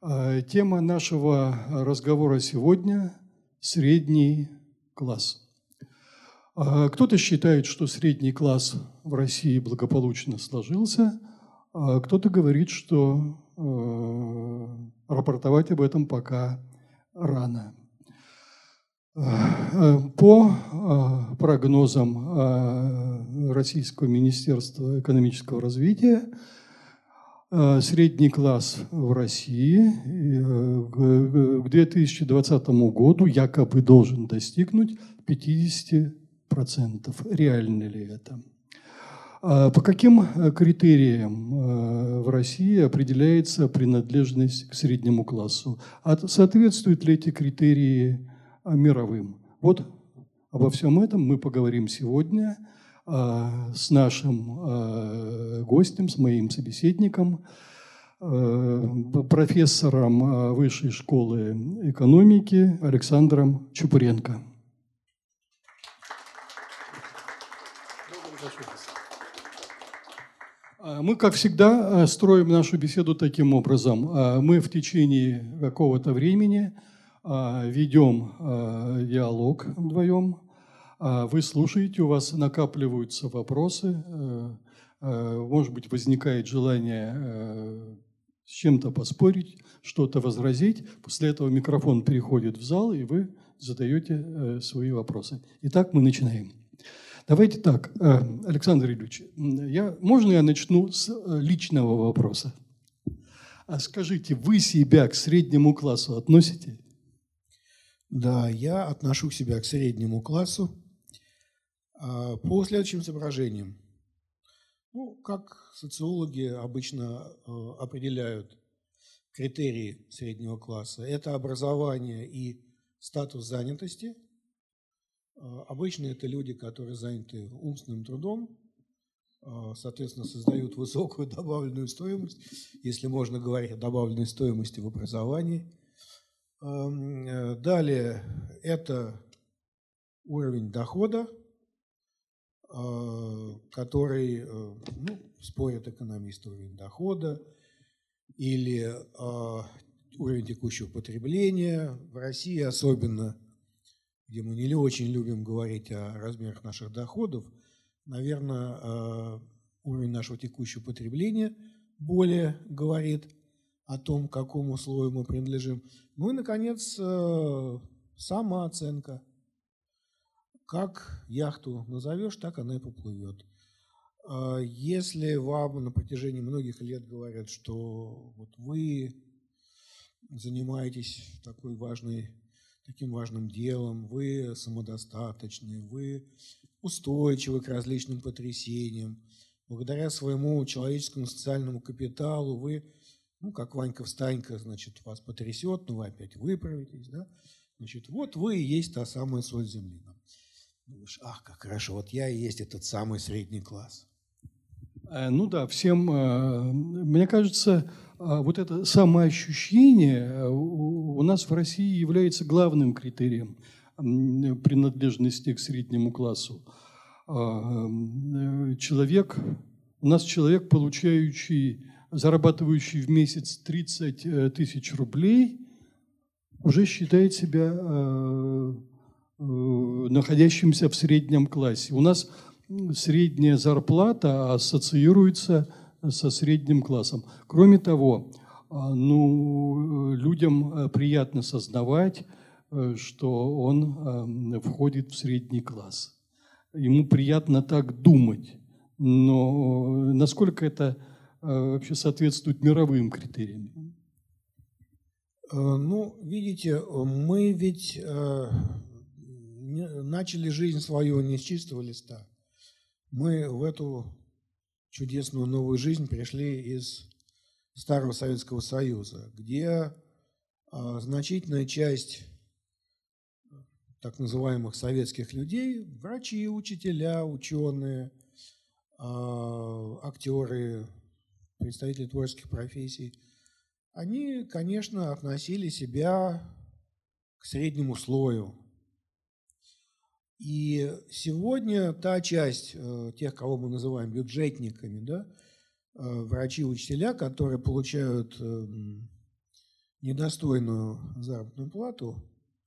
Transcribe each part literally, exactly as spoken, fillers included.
Э, Тема нашего разговора сегодня – средний класс. Э, Кто-то считает, что средний класс в России благополучно сложился, а кто-то говорит, что э, рапортовать об этом пока рано. Э, По э, прогнозам э, Российского министерства экономического развития, э, средний класс в России э, к- к две тысячи двадцатому году якобы должен достигнуть пятидесяти процентов. Реально ли это? А По каким э, критериям э, в России определяется принадлежность к среднему классу? А соответствуют ли эти критерии э, мировым? Вот обо всем этом мы поговорим сегодня э, с нашим э, гостем, с моим собеседником, э, профессором э, Высшей школы экономики Александром Чупуренко. Мы, как всегда, строим нашу беседу таким образом. Мы в течение какого-то времени ведем диалог вдвоем. Вы слушаете, у вас накапливаются вопросы. Может быть, возникает желание с чем-то поспорить, что-то возразить. После этого микрофон переходит в зал, и вы задаете свои вопросы. Итак, мы начинаем. Давайте так, Александр Ильич, я, можно я начну с личного вопроса? А скажите, вы себя к среднему классу относите? Да, я отношу себя к среднему классу а, по следующим соображениям. Ну, как социологи обычно а, определяют критерии среднего класса, это образование и статус занятости. Обычно это люди, которые заняты умственным трудом, соответственно, создают высокую добавленную стоимость, если можно говорить о добавленной стоимости в образовании. Далее это уровень дохода, который, ну, спорят экономисты, уровень дохода или уровень текущего потребления. В России особенно, где мы не очень любим говорить о размерах наших доходов, наверное, уровень нашего текущего потребления более говорит о том, к какому слою мы принадлежим. Ну и, наконец, самооценка. Как яхту назовешь, так она и поплывет. Если вам на протяжении многих лет говорят, что вот вы занимаетесь такой важной таким важным делом, вы самодостаточны, вы устойчивы к различным потрясениям, благодаря своему человеческому социальному капиталу вы, ну, как Ванька-встанька, значит, вас потрясет, но вы опять выправитесь, да? Значит, вот вы и есть та самая соль земли. Думаешь, ах, как хорошо, вот я и есть этот самый средний класс. Ну да, всем, мне кажется, вот это самоощущение у нас в России является главным критерием принадлежности к среднему классу. Человек, у нас человек, получающий, зарабатывающий в месяц тридцать тысяч рублей, уже считает себя находящимся в среднем классе. У нас средняя зарплата ассоциируется со средним классом. Кроме того, ну, людям приятно сознавать, что он входит в средний класс. Ему приятно так думать. Но насколько это вообще соответствует мировым критериям? Ну, видите, мы ведь начали жизнь свою не с чистого листа. Мы в эту чудесную новую жизнь пришли из старого Советского Союза, где а, значительная часть так называемых советских людей, врачи, учителя, ученые, а, актеры, представители творческих профессий, они, конечно, относили себя к среднему слою. И сегодня та часть э, тех, кого мы называем бюджетниками, да, э, врачи, учителя, которые получают э, недостойную заработную плату,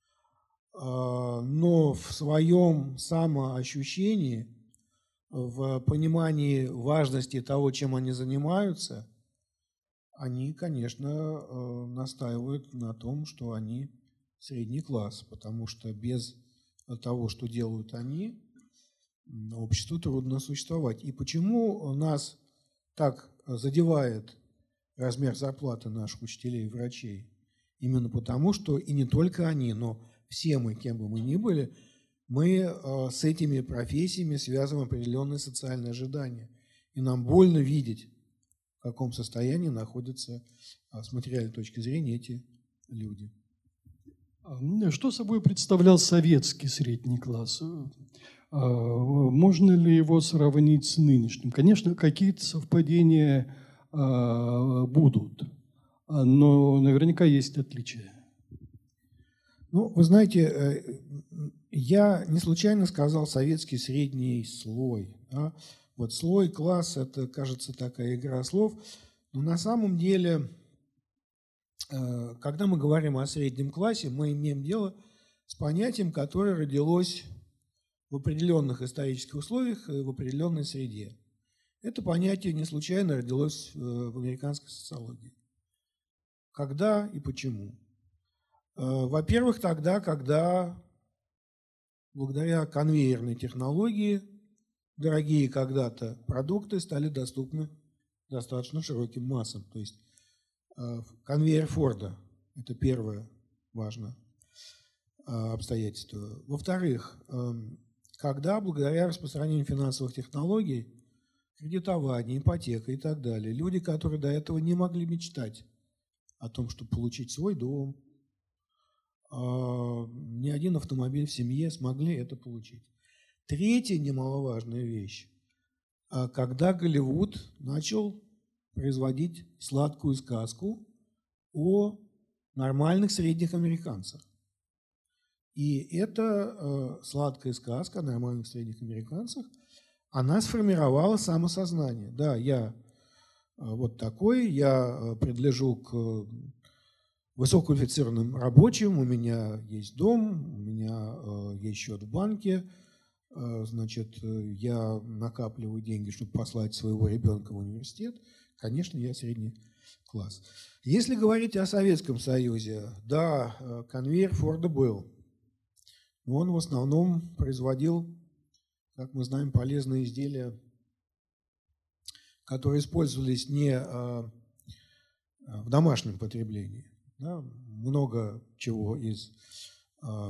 но в своем самоощущении, в понимании важности того, чем они занимаются, они, конечно, настаивают на том, что они средний класс, потому что без того, что делают они, обществу трудно существовать. И почему нас так задевает размер зарплаты наших учителей и врачей? Именно потому, что и не только они, но все мы, кем бы мы ни были, мы с этими профессиями связываем определенные социальные ожидания. И нам больно видеть, в каком состоянии находятся с материальной точки зрения эти люди. Что собой представлял советский средний класс? Можно ли его сравнить с нынешним? Конечно, какие-то совпадения будут, но наверняка есть отличия. Ну, вы знаете, я не случайно сказал советский средний слой. Да? Вот слой, класс – это, кажется, такая игра слов. Но на самом деле, когда мы говорим о среднем классе, мы имеем дело с понятием, которое родилось в определенных исторических условиях и в определенной среде. Это понятие не случайно родилось в американской социологии. Когда и почему? Во-первых, тогда, когда благодаря конвейерной технологии дорогие когда-то продукты стали доступны достаточно широким массам. То есть конвейер Форда – это первое важное обстоятельство. Во-вторых, когда благодаря распространению финансовых технологий, кредитования, ипотека и так далее, люди, которые до этого не могли мечтать о том, чтобы получить свой дом, ни один автомобиль в семье, смогли это получить. Третья немаловажная вещь. Когда Голливуд начал производить сладкую сказку о нормальных средних американцах. И эта сладкая сказка о нормальных средних американцах, она сформировала самосознание. Да, я вот такой, я принадлежу к высококвалифицированным рабочим, у меня есть дом, у меня есть счет в банке, значит, я накапливаю деньги, чтобы послать своего ребенка в университет. Конечно, я средний класс. Если говорить о Советском Союзе, да, конвейер Форда был, но он в основном производил, как мы знаем, полезные изделия, которые использовались не в домашнем потреблении. Да, много чего из э,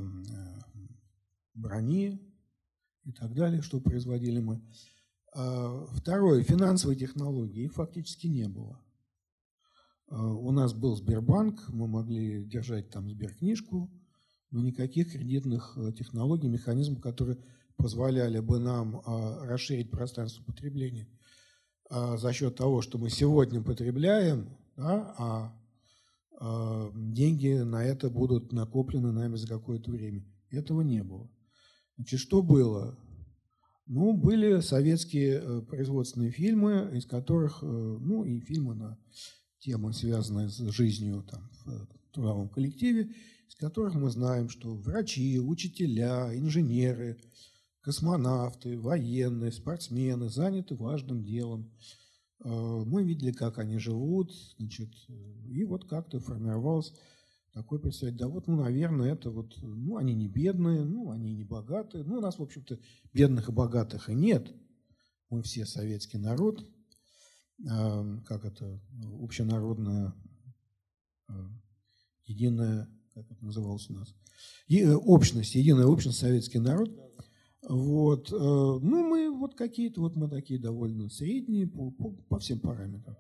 брони и так далее, что производили мы. А, второе, финансовые технологии, их фактически не было. А, у нас был Сбербанк, мы могли держать там сберкнижку, но никаких кредитных технологий, механизмов, которые позволяли бы нам а, расширить пространство потребления а, за счет того, что мы сегодня потребляем, да, а деньги на это будут накоплены нами за какое-то время. Этого не было. Значит, что было? Ну, были советские производственные фильмы, из которых, ну, и фильмы на темы, связанные с жизнью там, в трудовом коллективе, из которых мы знаем, что врачи, учителя, инженеры, космонавты, военные, спортсмены заняты важным делом. Мы видели, как они живут, значит, и вот как-то формировалось такое представление. Да вот, ну, наверное, это вот, ну, они не бедные, ну, они не богатые. Ну, у нас, в общем-то, бедных и богатых и нет. Мы все советский народ, как это, общенародная, единая, как это называлось у нас, общность, единая общность, советский народ. Вот, ну, мы вот какие-то, вот мы такие довольно средние по, по, по всем параметрам.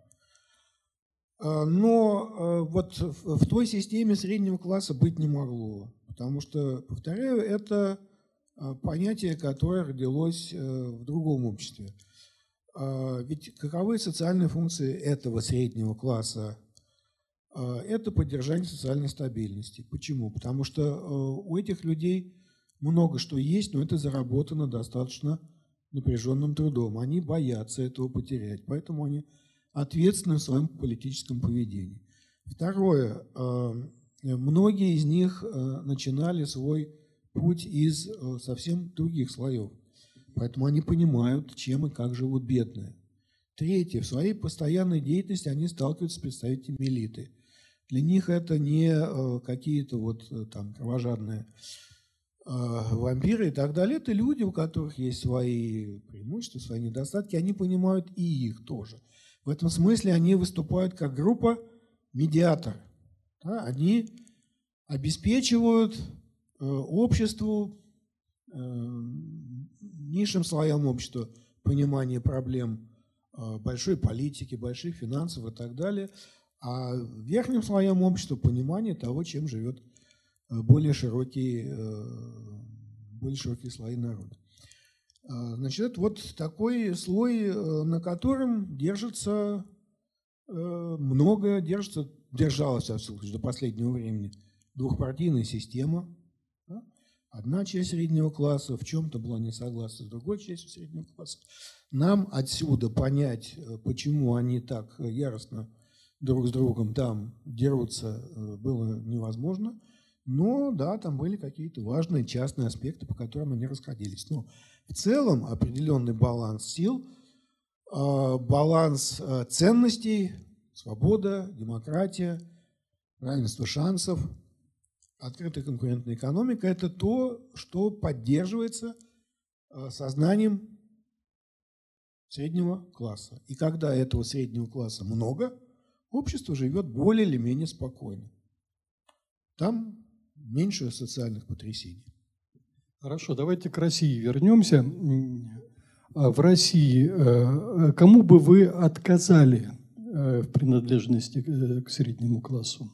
Но вот в, в той системе среднего класса быть не могло, потому что, повторяю, это понятие, которое родилось в другом обществе. Ведь каковы социальные функции этого среднего класса? Это поддержание социальной стабильности. Почему? Потому что у этих людей много что есть, но это заработано достаточно напряженным трудом. Они боятся этого потерять, поэтому они ответственны в своем политическом поведении. Второе. Многие из них начинали свой путь из совсем других слоев. Поэтому они понимают, чем и как живут бедные. Третье. В своей постоянной деятельности они сталкиваются с представителями элиты. Для них это не какие-то вот там кровожадные вампиры и так далее. Это люди, у которых есть свои преимущества, свои недостатки. Они понимают и их тоже. В этом смысле они выступают как группа медиатор. Да, они обеспечивают э, обществу, э, низшим слоям общества понимание проблем э, большой политики, больших финансов и так далее, а верхним слоям общества понимание того, чем живет э, более широкие, э, более широкие слои народа. Э, значит, это вот такой слой, э, на котором держится э, много, держится держалась до последнего времени двухпартийная система. Да? Одна часть среднего класса в чем-то была не согласна с другой частью среднего класса. Нам отсюда понять, почему они так яростно друг с другом там дерутся, было невозможно. Но да, там были какие-то важные частные аспекты, по которым они расходились. Но в целом определенный баланс сил, баланс ценностей, свобода, демократия, равенство шансов, открытая конкурентная экономика – это то, что поддерживается сознанием среднего класса. И когда этого среднего класса много, общество живет более или менее спокойно. Там меньше социальных потрясений. Хорошо, давайте к России вернемся. В России кому бы вы отказали в принадлежности к среднему классу,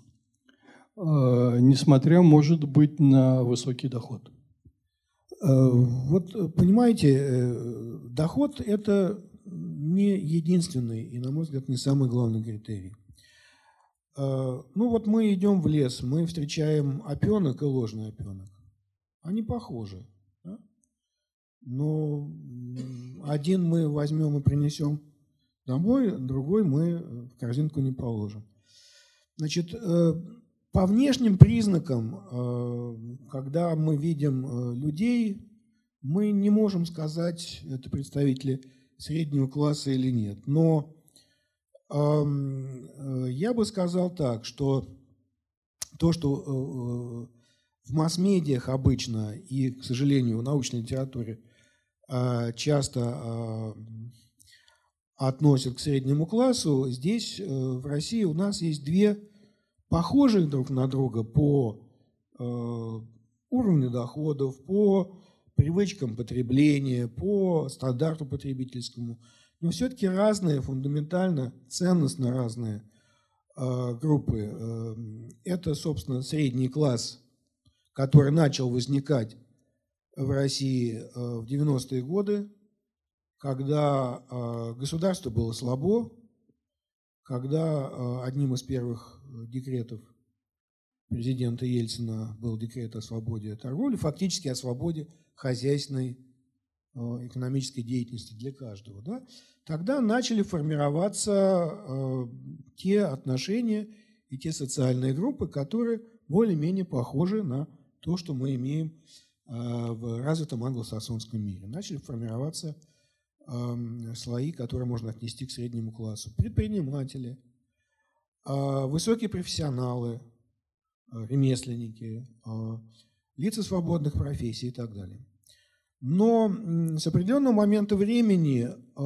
несмотря, может быть, на высокий доход? Вот, понимаете, доход – это не единственный и, на мой взгляд, не самый главный критерий. Ну вот мы идем в лес, мы встречаем опенок и ложный опенок. Они похожи. Да? Но один мы возьмем и принесем домой, другой мы в корзинку не положим. Значит, по внешним признакам, когда мы видим людей, мы не можем сказать, это представители среднего класса или нет. Но я бы сказал так, что то, что в масс-медиах обычно и, к сожалению, в научной литературе часто относят к среднему классу, здесь, в России, у нас есть две похожих друг на друга по уровню доходов, по привычкам потребления, по стандарту потребительскому, но все-таки разные, фундаментально, ценностно разные группы. Это, собственно, средний класс, который начал возникать в России в девяностые годы, когда государство было слабо, когда одним из первых декретов президента Ельцина был декрет о свободе торговли, фактически о свободе хозяйственной экономической деятельности для каждого. Да? Тогда начали формироваться те отношения и те социальные группы, которые более-менее похожи на то, что мы имеем в развитом англосаксонском мире. Начали формироваться слои, которые можно отнести к среднему классу. Предприниматели, высокие профессионалы, ремесленники, лица свободных профессий и так далее. Но с определенного момента времени,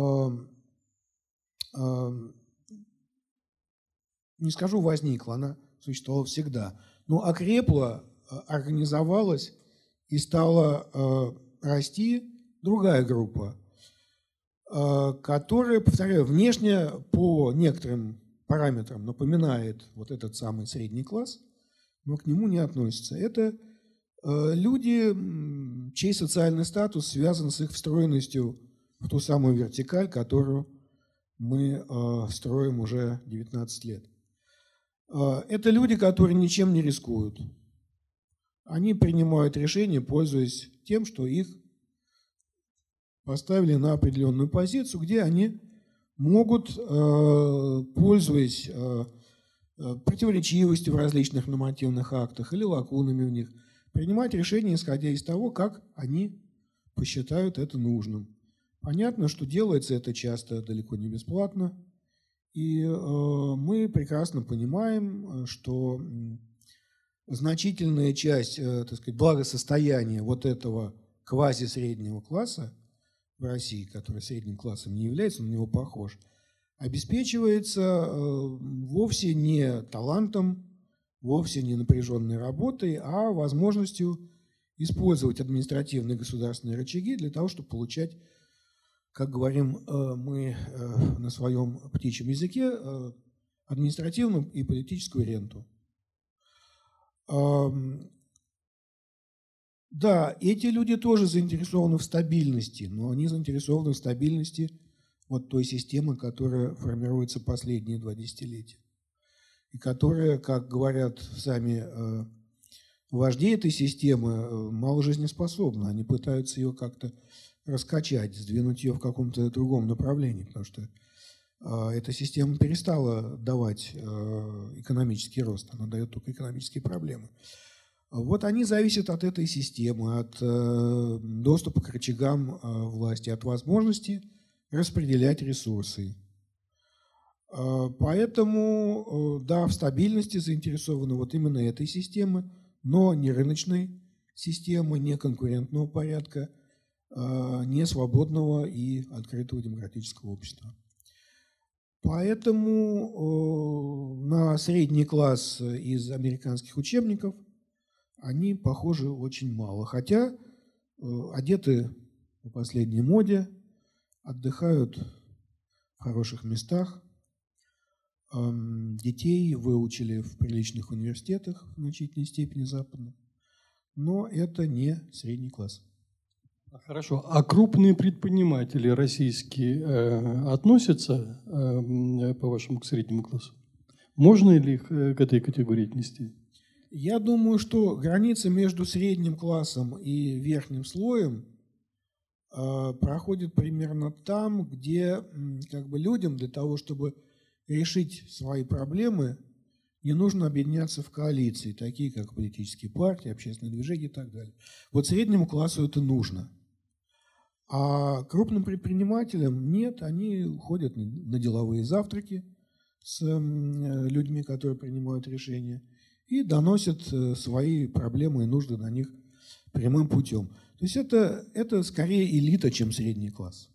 не скажу возникла, она существовала всегда, но окрепла, организовалась и стала расти другая группа, которая, повторяю, внешне по некоторым параметрам напоминает вот этот самый средний класс, но к нему не относится. Это люди, чей социальный статус связан с их встроенностью в ту самую вертикаль, которую мы строим уже девятнадцать лет. Это люди, которые ничем не рискуют. Они принимают решения, пользуясь тем, что их поставили на определенную позицию, где они могут, пользуясь противоречивостью в различных нормативных актах или лакунами в них, принимать решения, исходя из того, как они посчитают это нужным. Понятно, что делается это часто далеко не бесплатно, и э, мы прекрасно понимаем, что значительная часть, э, так сказать, благосостояния вот этого квази-среднего класса в России, который средним классом не является, он на него похож, обеспечивается э, вовсе не талантом, вовсе не напряженной работой, а возможностью использовать административные государственные рычаги для того, чтобы получать, как говорим э, мы э, на своем птичьем языке, э, административную и политическую ренту. Э, да, эти люди тоже заинтересованы в стабильности, но они заинтересованы в стабильности вот той системы, которая формируется последние два десятилетия. И которая, как говорят сами э, вожди этой системы, э, мало жизнеспособна. Они пытаются ее как-то раскачать, сдвинуть ее в каком-то другом направлении, потому что э, эта система перестала давать э, экономический рост, она дает только экономические проблемы. Вот они зависят от этой системы, от э, доступа к рычагам э, власти, от возможности распределять ресурсы. Поэтому, да, в стабильности заинтересованы вот именно этой системы, но не рыночной системы, не конкурентного порядка, не свободного и открытого демократического общества. Поэтому на средний класс из американских учебников они похожи очень мало, хотя одеты по последней моде, отдыхают в хороших местах, детей выучили в приличных университетах в значительной степени западных, но это не средний класс. Хорошо. А крупные предприниматели российские э, относятся, э, по-вашему, к среднему классу? Можно ли их э, к этой категории отнести? Я думаю, что граница между средним классом и верхним слоем проходит примерно там, где как бы, людям для того, чтобы решить свои проблемы, не нужно объединяться в коалиции, такие как политические партии, общественные движения и так далее. Вот среднему классу это нужно. А крупным предпринимателям нет, они ходят на деловые завтраки с людьми, которые принимают решения, и доносят свои проблемы и нужды на них прямым путем. То есть это, это скорее элита, чем средний класс.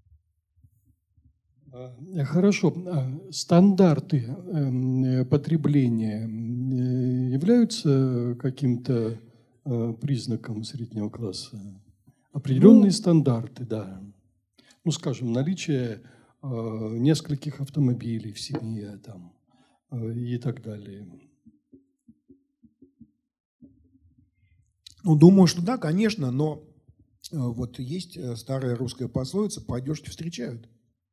Хорошо. Стандарты потребления являются каким-то признаком среднего класса? Определенные ну, стандарты, да. Ну, скажем, наличие нескольких автомобилей в семье там, и так далее. Ну, думаю, что да, конечно, но вот есть старая русская пословица «по одежке встречают».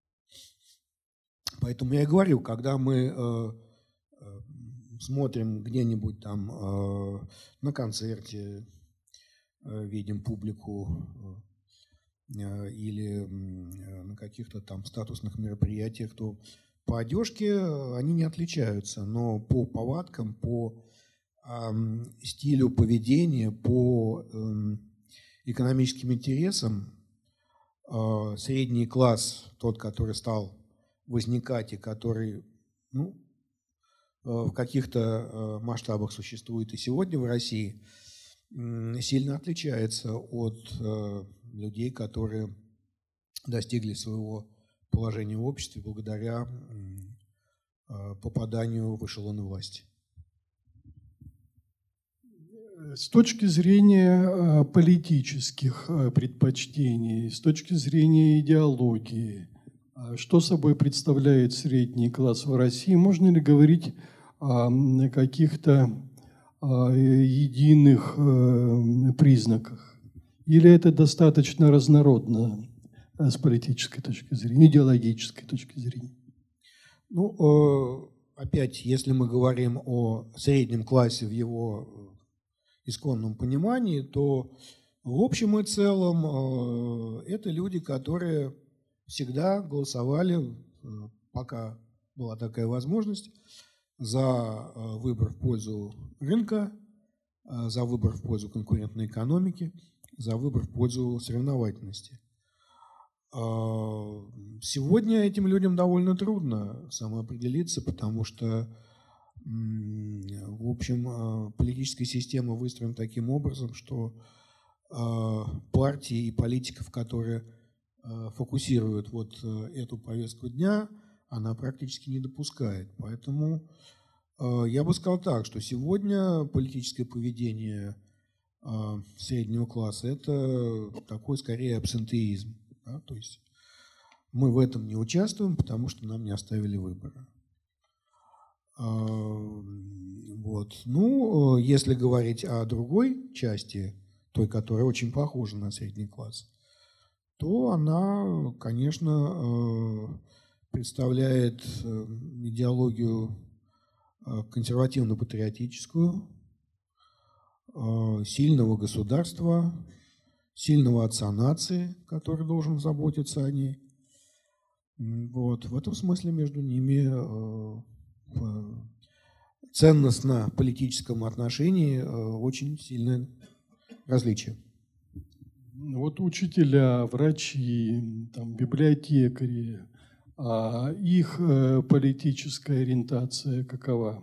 Поэтому я и говорю, когда мы э, смотрим где-нибудь там э, на концерте, э, видим публику э, или э, на каких-то там статусных мероприятиях, то по одежке они не отличаются, но по повадкам, по э, стилю поведения, по э, экономическим интересам э, средний класс, тот, который стал возникать и который ну, в каких-то масштабах существует и сегодня в России, сильно отличается от людей, которые достигли своего положения в обществе благодаря попаданию в эшелоны власти. С точки зрения политических предпочтений, с точки зрения идеологии, что собой представляет средний класс в России? Можно ли говорить о каких-то единых признаках? Или это достаточно разнородно с политической точки зрения, идеологической точки зрения? Ну, опять, если мы говорим о среднем классе в его исконном понимании, то в общем и целом это люди, которые всегда голосовали, пока была такая возможность, за выбор в пользу рынка, за выбор в пользу конкурентной экономики, за выбор в пользу соревновательности. Сегодня этим людям довольно трудно самоопределиться, потому что, в общем, политическая система выстроена таким образом, что партии и политиков, которые фокусируют вот эту повестку дня, она практически не допускает. Поэтому я бы сказал так, что сегодня политическое поведение среднего класса – это такой, скорее, абсентеизм. Да? То есть мы в этом не участвуем, потому что нам не оставили выбора. Вот. Ну, если говорить о другой части, той, которая очень похожа на средний класс, то она, конечно, представляет идеологию консервативно-патриотическую, сильного государства, сильного отца нации, который должен заботиться о ней. Вот. В этом смысле между ними в ценностно-политическом отношении очень сильное различие. Вот учителя, врачи, там, библиотекари, а их политическая ориентация какова?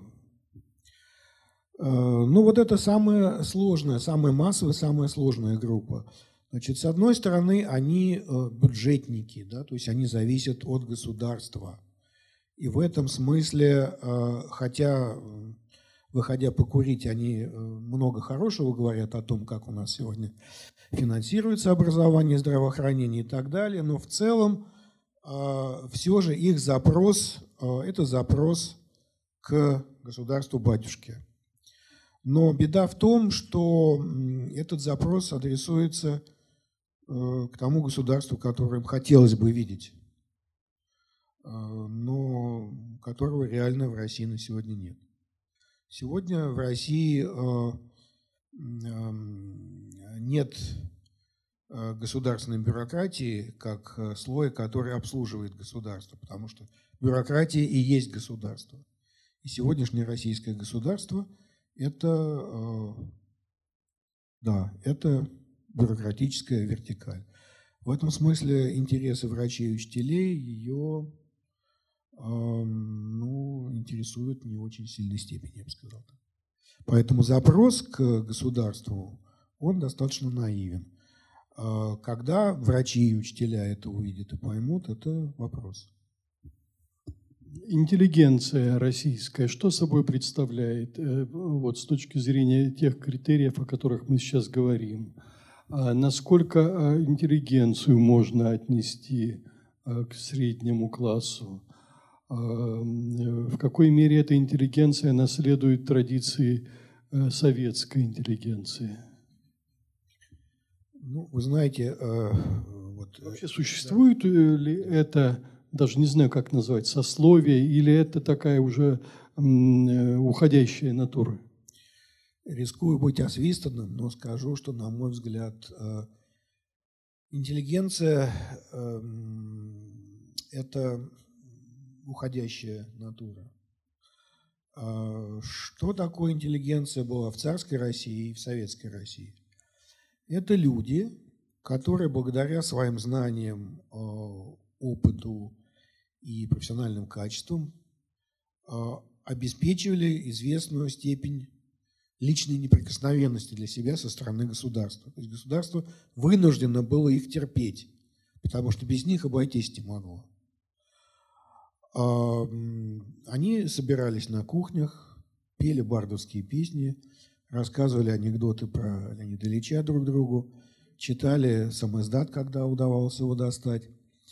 Ну, вот это самая сложная, самая массовая, самая сложная группа. Значит, с одной стороны, они бюджетники, да, то есть они зависят от государства. И в этом смысле, хотя, выходя покурить, они много хорошего говорят о том, как у нас сегодня финансируется образование, здравоохранение и так далее, но в целом все же их запрос – это запрос к государству-батюшке. Но беда в том, что этот запрос адресуется к тому государству, которое им хотелось бы видеть, но которого реально в России на сегодня нет. Сегодня в России нет государственной бюрократии как слоя, который обслуживает государство, потому что бюрократия и есть государство. И сегодняшнее российское государство – это, да, это бюрократическая вертикаль. В этом смысле интересы врачей и учителей ее ну, интересуют в не очень сильной степени, я бы сказал. Поэтому запрос к государству, он достаточно наивен. Когда врачи и учителя это увидят и поймут, это вопрос. Интеллигенция российская что собой представляет вот, с точки зрения тех критериев, о которых мы сейчас говорим? Насколько интеллигенцию можно отнести к среднему классу? В какой мере эта интеллигенция наследует традиции советской интеллигенции? Ну, вы знаете, вот, вообще существует да. ли это, даже не знаю, как назвать, сословие, или это такая уже уходящая натура? Рискую быть освистанным, но скажу, что, на мой взгляд, интеллигенция – это уходящая натура. Что такое интеллигенция была в царской России и в советской России? Это люди, которые благодаря своим знаниям, опыту и профессиональным качествам обеспечивали известную степень личной неприкосновенности для себя со стороны государства. То есть государство вынуждено было их терпеть, потому что без них обойтись не могло. Они собирались на кухнях, пели бардовские песни, рассказывали анекдоты про Леонида Ильича друг другу, читали самиздат, когда удавалось его достать.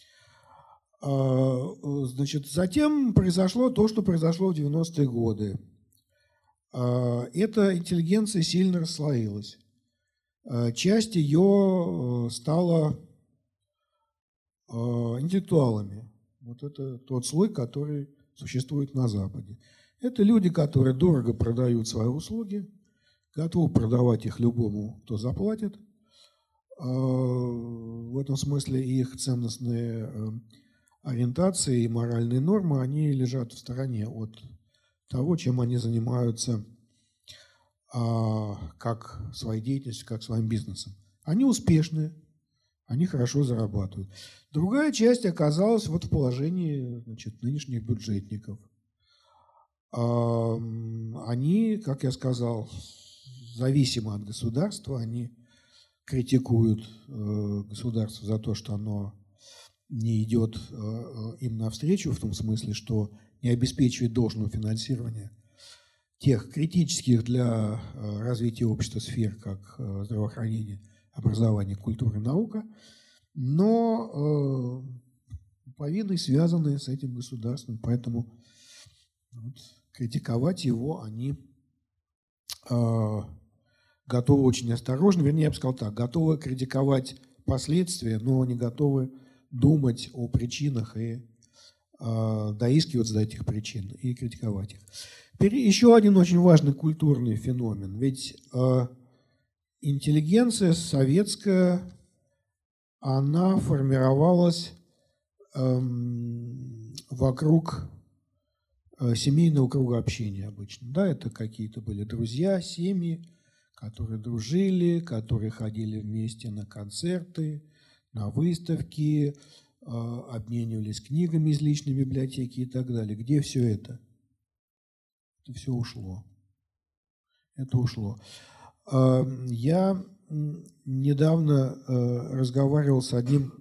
Значит, затем произошло то, что произошло в девяностые годы. Эта интеллигенция сильно расслоилась. Часть ее стала интеллектуалами. Вот это тот слой, который существует на Западе. Это люди, которые дорого продают свои услуги, готовы продавать их любому, кто заплатит. В этом смысле их ценностные ориентации и моральные нормы, они лежат в стороне от того, чем они занимаются как своей деятельностью, как своим бизнесом. Они успешны, они хорошо зарабатывают. Другая часть оказалась вот в положении, значит, нынешних бюджетников. Они, как я сказал, зависимы от государства, они критикуют государство за то, что оно не идет им навстречу, в том смысле, что не обеспечивает должного финансирования тех критических для развития общества сфер, как здравоохранение, образование, культура и наука, но повинны связаны с этим государством, поэтому вот, критиковать его они э, готовы очень осторожно, вернее, я бы сказал так, готовы критиковать последствия, но не готовы думать о причинах и э, доискиваться до этих причин и критиковать их. Теперь еще один очень важный культурный феномен. Ведь э, интеллигенция советская, она формировалась э, вокруг э, семейного круга общения обычно. Да, это какие-то были друзья, семьи, которые дружили, которые ходили вместе на концерты, на выставки, э, обменивались книгами из личной библиотеки и так далее. Где все это? Это все ушло. Это ушло. Я недавно разговаривал с одним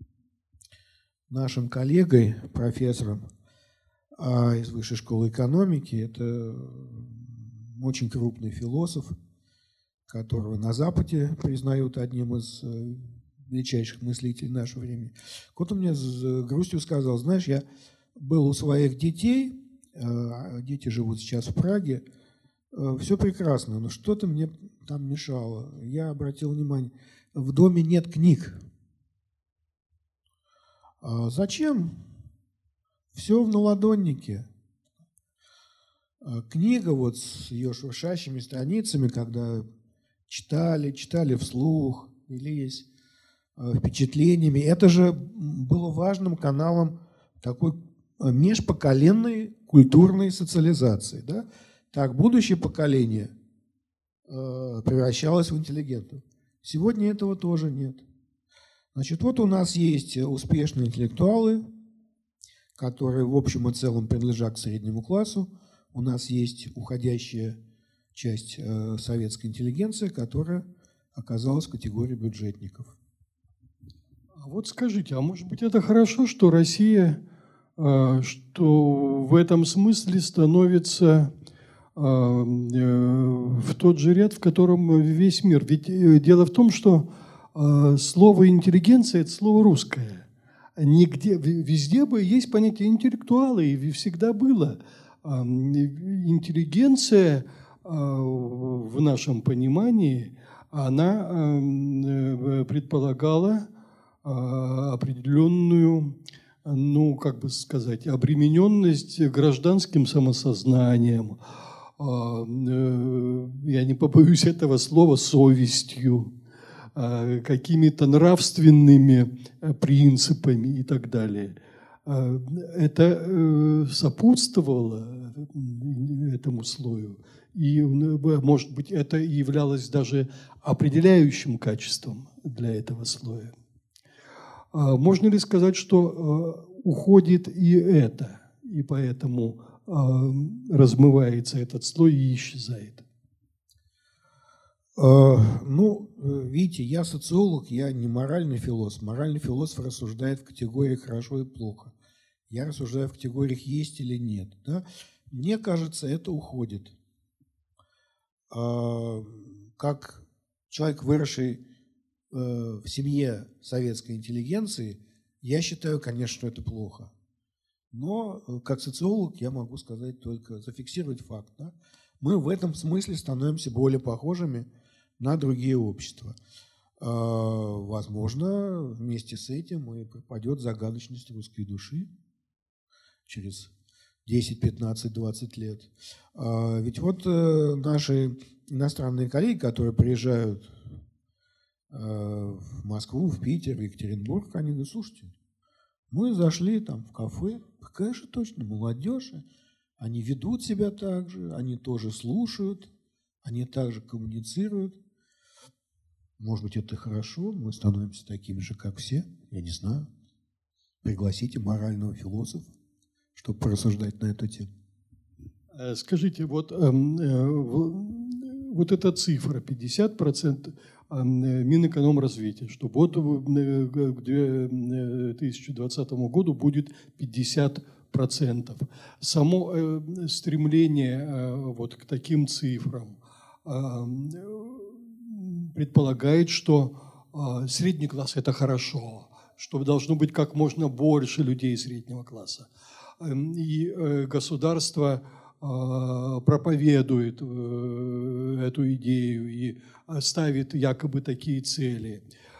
нашим коллегой, профессором из Высшей школы экономики. Это очень крупный философ, которого на Западе признают одним из величайших мыслителей нашего времени. Вот он мне с грустью сказал: знаешь, я был у своих детей, дети живут сейчас в Праге, все прекрасно, но что-то мне там мешало. Я обратил внимание, в доме нет книг. А зачем? Все в наладоннике. Книга вот с ее шуршащими страницами, когда читали, читали вслух, делились впечатлениями, это же было важным каналом такой межпоколенной культурной социализации. Да? Так будущее поколение э, превращалось в интеллигентов. Сегодня этого тоже нет. Значит, вот у нас есть успешные интеллектуалы, которые в общем и целом принадлежат к среднему классу. У нас есть уходящая часть э, советской интеллигенции, которая оказалась в категории бюджетников. А вот скажите, а может быть это хорошо, что Россия, э, что в этом смысле становится в тот же ряд, в котором весь мир. Ведь дело в том, что слово «интеллигенция» – это слово русское. Нигде, везде бы есть понятие интеллектуалы, и всегда было. Интеллигенция в нашем понимании, она предполагала определенную, ну, как бы сказать, обремененность гражданским самосознанием, я не побоюсь этого слова, совестью, какими-то нравственными принципами и так далее. Это сопутствовало этому слою. И, может быть, это являлось даже определяющим качеством для этого слоя. Можно ли сказать, что уходит и это, и поэтому размывается этот слой и исчезает? Ну, видите, я социолог, я не моральный философ. Моральный философ рассуждает в категориях хорошо и плохо. Я рассуждаю в категориях есть или нет. Да? Мне кажется, это уходит. Как человек, выросший в семье советской интеллигенции, я считаю, конечно, что это плохо. Но как социолог я могу сказать только, зафиксировать факт. Да? Мы в этом смысле становимся более похожими на другие общества. Возможно, вместе с этим и пропадет загадочность русской души через десять, пятнадцать, двадцать лет. Ведь вот наши иностранные коллеги, которые приезжают в Москву, в Питер, в Екатеринбург, они говорят: слушайте, мы зашли там в кафе, какая же точно молодежь, они ведут себя так же, они тоже слушают, они также коммуницируют. Может быть, это хорошо, мы становимся такими же, как все, я не знаю. Пригласите морального философа, чтобы порассуждать на эту тему. Скажите, вот, вот эта цифра пятьдесят процентов Минэкономразвития, что вот к две тысячи двадцатому году будет пятьдесят процентов. Само стремление вот к таким цифрам предполагает, что средний класс – это хорошо, что должно быть как можно больше людей среднего класса. И государство проповедует эту идею и ставит якобы такие цели.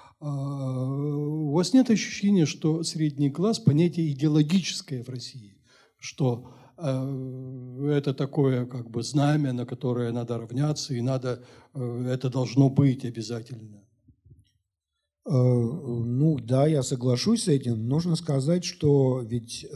У вас нет ощущения, что средний класс – понятие идеологическое в России, что это такое как бы знамя, на которое надо равняться, и надо, это должно быть обязательно? Ну да, я соглашусь с этим. Нужно сказать, что ведь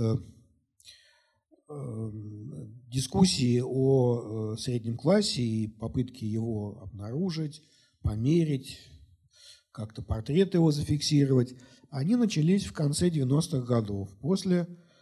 дискуссии о среднем классе и попытки его обнаружить, померить, как-то портрет его зафиксировать, они начались в конце девяностых годов, после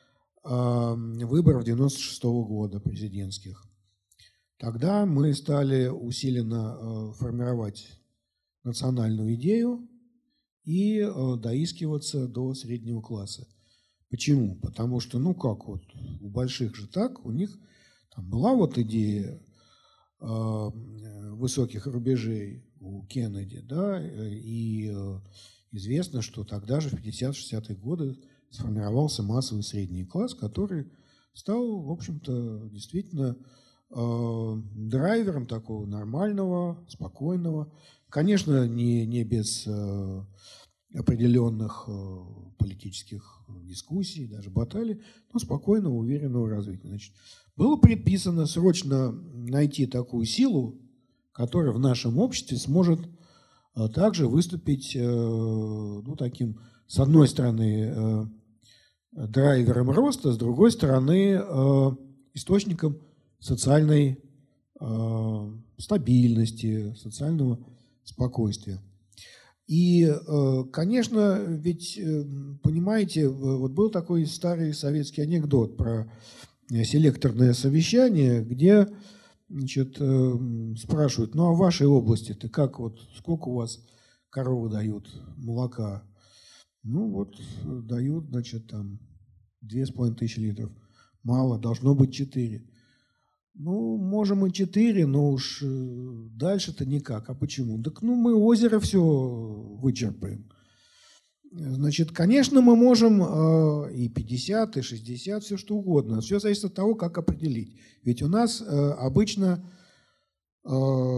выборов девяносто шестого года президентских. Тогда мы стали усиленно формировать национальную идею и доискиваться до среднего класса. Почему? Потому что, ну как вот, у больших же так, у них там была вот идея э, высоких рубежей у Кеннеди, да, и э, известно, что тогда же в пятидесятые-шестидесятые годы сформировался массовый средний класс, который стал, в общем-то, действительно э, драйвером такого нормального, спокойного, конечно, не, не без э, определенных э, политических дискуссий, даже баталий, но спокойного, уверенного развития. Значит, было предписано срочно найти такую силу, которая в нашем обществе сможет э, также выступить, э, ну, таким, с одной стороны, э, драйвером роста, с другой стороны, э, источником социальной э, стабильности, социального спокойствия. И, конечно, ведь, понимаете, вот был такой старый советский анекдот про селекторное совещание, где, значит, спрашивают: ну, а в вашей области-то как, вот, сколько у вас коровы дают молока? Ну, вот, дают, значит, там, две с половиной тысячи литров. Мало, должно быть четыре. Ну, можем и четыре, но уж дальше-то никак. А почему? Так, ну, мы озеро все вычерпаем. Значит, конечно, мы можем э, и пятьдесят, и шестьдесят, все что угодно. Все зависит от того, как определить. Ведь у нас э, обычно э,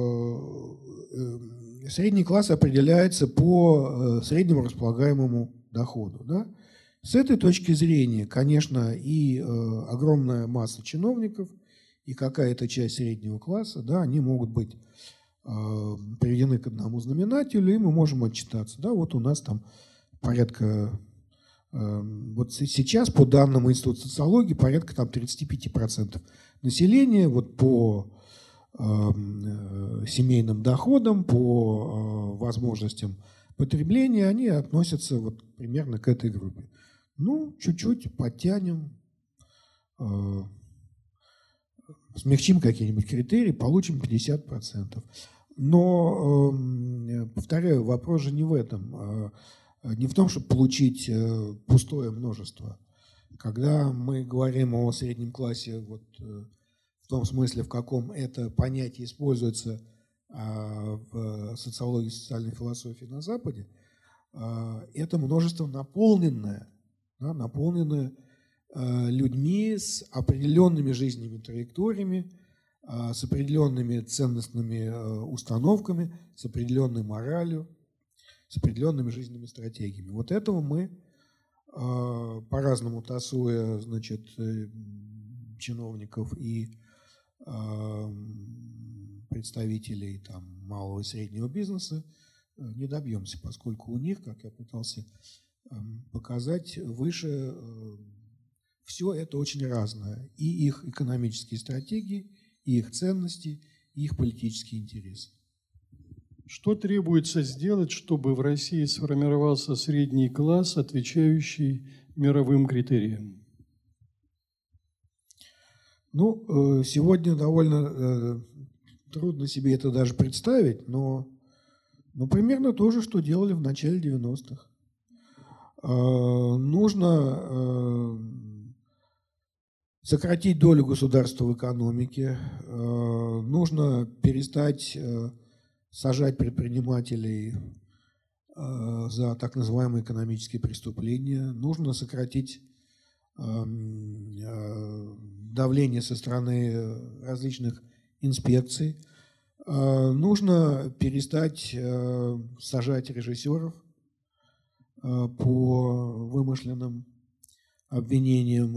э, средний класс определяется по э, среднему располагаемому доходу. Да? С этой точки зрения, конечно, и э, огромная масса чиновников, и какая-то часть среднего класса, да, они могут быть э, приведены к одному знаменателю, и мы можем отчитаться. Да, вот у нас там порядка, э, вот сейчас по данным Института социологии, порядка там тридцать пять процентов населения вот по э, семейным доходам, по э, возможностям потребления, они относятся вот примерно к этой группе. Ну, чуть-чуть подтянем, э, смягчим какие-нибудь критерии, получим пятьдесят процентов. Но, повторяю, вопрос же не в этом. Не в том, чтобы получить пустое множество. Когда мы говорим о среднем классе вот, в том смысле, в каком это понятие используется в социологии и социальной философии на Западе, это множество наполненное, да, наполненное людьми с определенными жизненными траекториями, с определенными ценностными установками, с определенной моралью, с определенными жизненными стратегиями. Вот этого мы, по-разному тасуя, значит, чиновников и представителей там, малого и среднего бизнеса, не добьемся, поскольку у них, как я пытался показать выше, все это очень разное. И их экономические стратегии, и их ценности, и их политические интересы. Что требуется сделать, чтобы в России сформировался средний класс, отвечающий мировым критериям? Ну, сегодня довольно трудно себе это даже представить, но, но примерно то же, что делали в начале девяностых. Нужно сократить долю государства в экономике, нужно перестать сажать предпринимателей за так называемые экономические преступления, нужно сократить давление со стороны различных инспекций, нужно перестать сажать режиссеров по вымышленным обвинениям,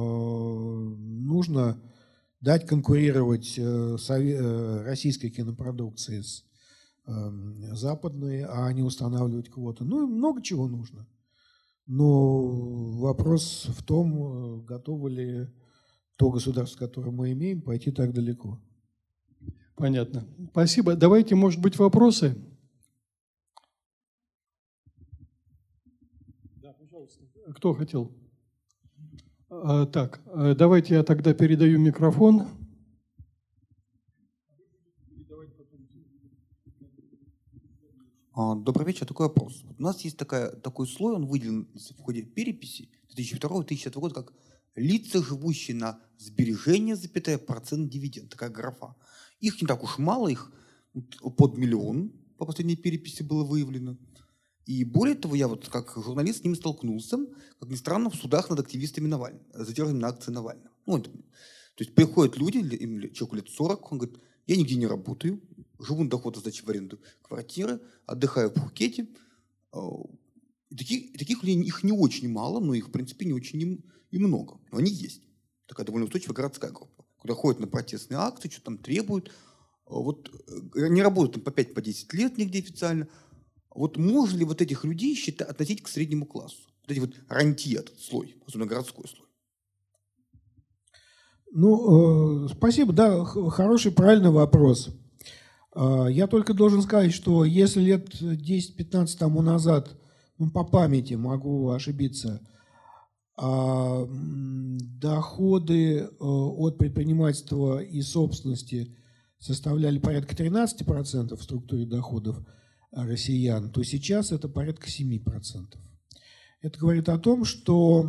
нужно дать конкурировать российской кинопродукции с западной, а не устанавливать квоты. Ну, много чего нужно. Но вопрос в том, готовы ли то государство, которое мы имеем, пойти так далеко. Понятно. Спасибо. Давайте, может быть, вопросы? Да, пожалуйста. Кто хотел? А, так, давайте я тогда передаю микрофон. Добрый вечер. Такой вопрос. У нас есть такая, такой слой, он выделен в ходе переписи две тысячи второго — две тысячи десятого года, как лица, живущие на сбережения, запятая, процент дивиденд. Такая графа. Их не так уж мало, их под миллион по последней переписи было выявлено. И более того, я вот как журналист с ними столкнулся, как ни странно, в судах над активистами Навального, задержанными на акции Навального. Ну, это, то есть приходят люди, им человеку лет сорок, он говорит: я нигде не работаю, живу на доход от сдачи в аренду квартиры, отдыхаю в Пхукете. И таких, таких людей их не очень мало, но их, в принципе, не очень и, и много. Но они есть. Такая довольно устойчивая городская группа, куда ходят на протестные акции, что там требуют. Вот они работают там по пять-десять лет нигде официально. Вот можно ли вот этих людей считать, относить к среднему классу? Вот эти вот рантье, этот слой, особенно городской слой. Ну, э, спасибо, да, хороший, правильный вопрос. Э, я только должен сказать, что если лет десять-пятнадцать тому назад, ну, по памяти могу ошибиться, э, доходы э, от предпринимательства и собственности составляли порядка тринадцать процентов в структуре доходов россиян, то сейчас это порядка семь процентов. Это говорит о том, что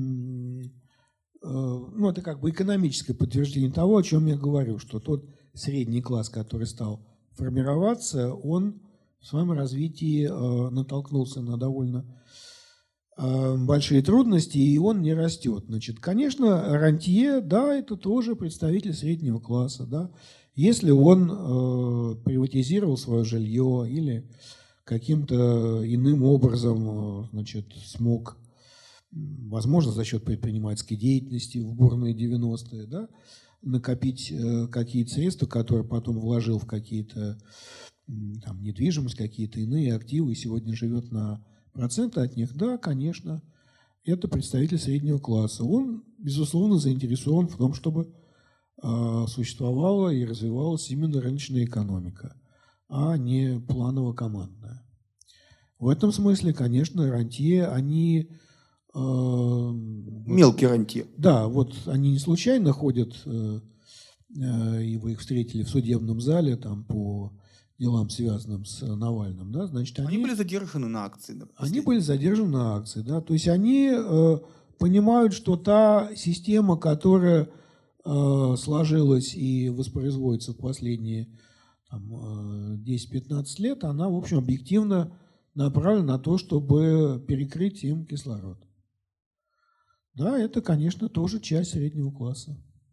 ну, это как бы экономическое подтверждение того, о чем я говорю, что тот средний класс, который стал формироваться, он в своем развитии натолкнулся на довольно большие трудности, и он не растет. Значит, конечно, рантье, да, это тоже представитель среднего класса, да. Если он э, приватизировал свое жилье или каким-то иным образом, значит, смог, возможно, за счет предпринимательской деятельности в бурные девяностые, да, накопить э, какие-то средства, которые потом вложил в какие-то там недвижимость, какие-то иные активы, и сегодня живет на проценты от них, да, конечно, это представитель среднего класса. Он, безусловно, заинтересован в том, чтобы существовала и развивалась именно рыночная экономика, а не планово-командная. В этом смысле, конечно, рантье, они... Э, Мелкие рантье. Да, вот они не случайно ходят, э, э, и вы их встретили в судебном зале там, по делам, связанным с Навальным. Да? Значит, они, они были задержаны на акции. Да, они были задержаны на акции. Да? То есть они э, понимают, что та система, которая сложилась и воспроизводится в последние десять-пятнадцать лет, она, в общем, объективно направлена на то, чтобы перекрыть им кислород. Да, это, конечно, тоже часть среднего класса.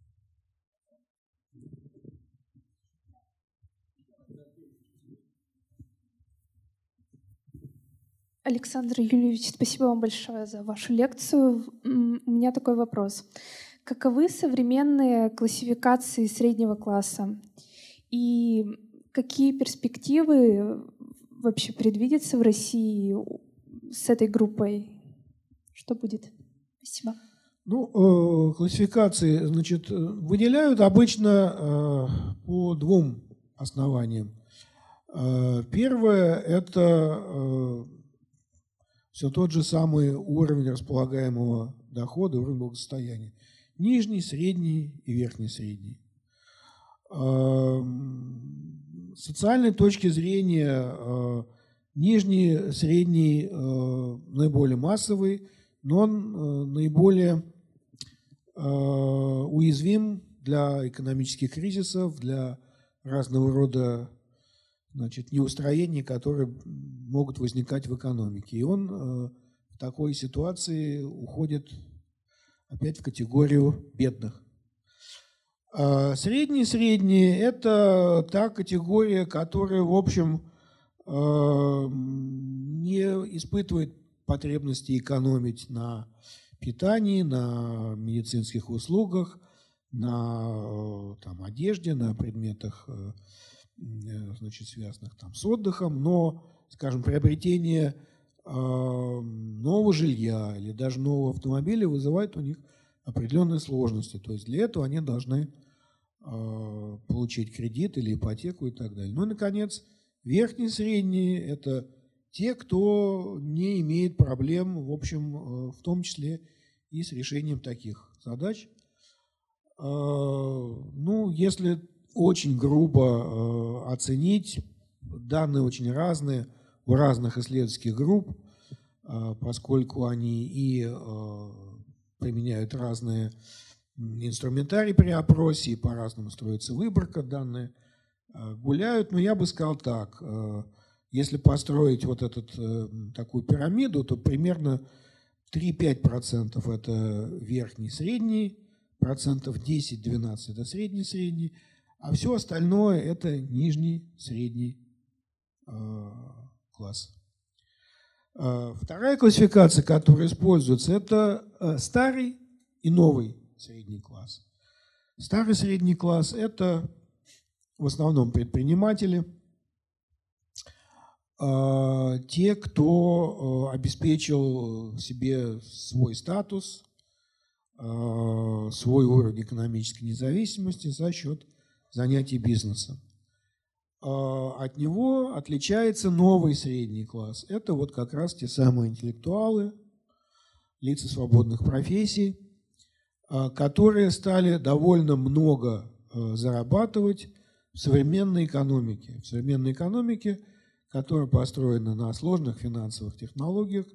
Александр Юрьевич, спасибо вам большое за вашу лекцию. У меня такой вопрос. Каковы современные классификации среднего класса? И какие перспективы вообще предвидятся в России с этой группой? Что будет? Спасибо. Ну, классификации, значит, выделяют обычно по двум основаниям. Первое – это все тот же самый уровень располагаемого дохода, уровень благосостояния. Нижний, средний и верхний средний. С социальной точки зрения нижний, средний наиболее массовый, но он наиболее уязвим для экономических кризисов, для разного рода, значит, неустроений, которые могут возникать в экономике. И он в такой ситуации уходит опять в категорию бедных. Средний-средний – это та категория, которая, в общем, не испытывает потребности экономить на питании, на медицинских услугах, на там, одежде, на предметах, значит, связанных там, с отдыхом, но, скажем, приобретение нового жилья или даже нового автомобиля вызывает у них определенные сложности. То есть для этого они должны получить кредит или ипотеку и так далее. Ну и, наконец, верхний, средний – это те, кто не имеет проблем, в общем, в том числе и с решением таких задач. Ну, если очень грубо оценить, данные очень разные у разных исследовательских групп, поскольку они и применяют разные инструментарий при опросе, и по-разному строится выборка, данные гуляют. Но я бы сказал так, если построить вот этот, такую пирамиду, то примерно три-пять процентов это верхний, средний, процентов десять-двенадцать это средний-средний, а все остальное это нижний, средний класс. Вторая классификация, которая используется, это старый и новый средний класс. Старый средний класс – это в основном предприниматели, те, кто обеспечил себе свой статус, свой уровень экономической независимости за счет занятий бизнесом. От него отличается новый средний класс. Это вот как раз те самые интеллектуалы, лица свободных профессий, которые стали довольно много зарабатывать в современной экономике. В современной экономике, которая построена на сложных финансовых технологиях,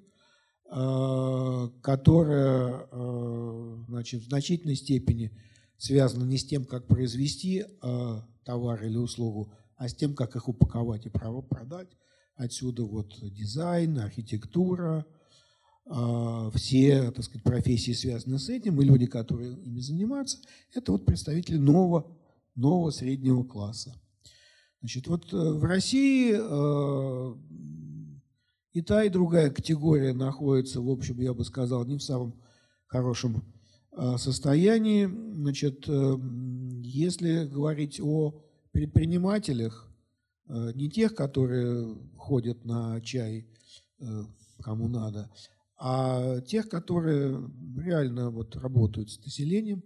которая, значит, в значительной степени связана не с тем, как произвести товар или услугу, а с тем, как их упаковать и продать. Отсюда вот дизайн, архитектура, все, так сказать, профессии связаны с этим, и люди, которые ими занимаются, это вот представители нового, нового среднего класса. Значит, вот в России и та, и другая категория находится, в общем, я бы сказал, не в самом хорошем состоянии. Значит, если говорить о предпринимателях, не тех, которые ходят на чай кому надо, а тех, которые реально вот работают с населением,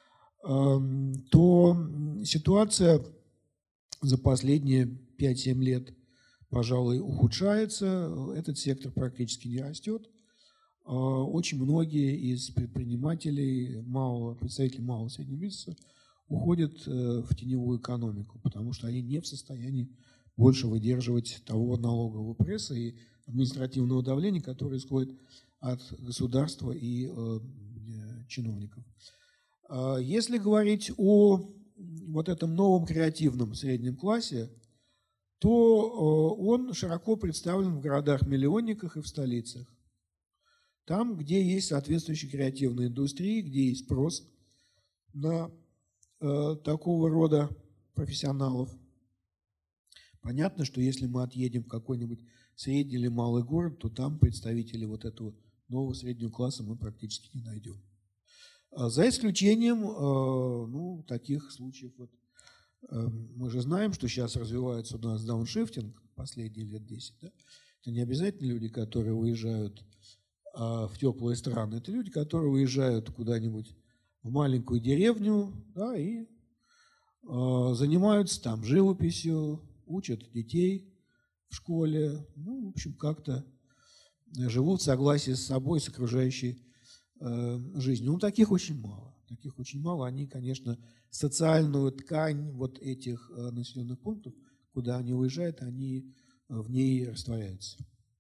то ситуация за последние пять-семь лет, пожалуй, ухудшается. Этот сектор практически не растет. Очень многие из предпринимателей, малого, представителей малого и среднего бизнеса уходят в теневую экономику, потому что они не в состоянии больше выдерживать того налогового пресса и административного давления, которое исходит от государства и э, чиновников. Если говорить о вот этом новом креативном среднем классе, то он широко представлен в городах-миллионниках и в столицах. Там, где есть соответствующие креативные индустрии, где есть спрос на э, такого рода профессионалов. Понятно, что если мы отъедем в какой-нибудь средний или малый город, то там представителей вот этого нового среднего класса мы практически не найдем. За исключением ну, таких случаев. Вот, мы же знаем, что сейчас развивается у нас дауншифтинг последние лет десять. Да? Это не обязательно люди, которые уезжают в теплые страны. Это люди, которые уезжают куда-нибудь в маленькую деревню, да, и занимаются там живописью, учат детей в школе, ну, в общем, как-то живут в согласии с собой, с окружающей э, жизнью. Ну, таких очень мало. Таких очень мало. Они, конечно, социальную ткань вот этих э, населенных пунктов, куда они уезжают, они в ней растворяются.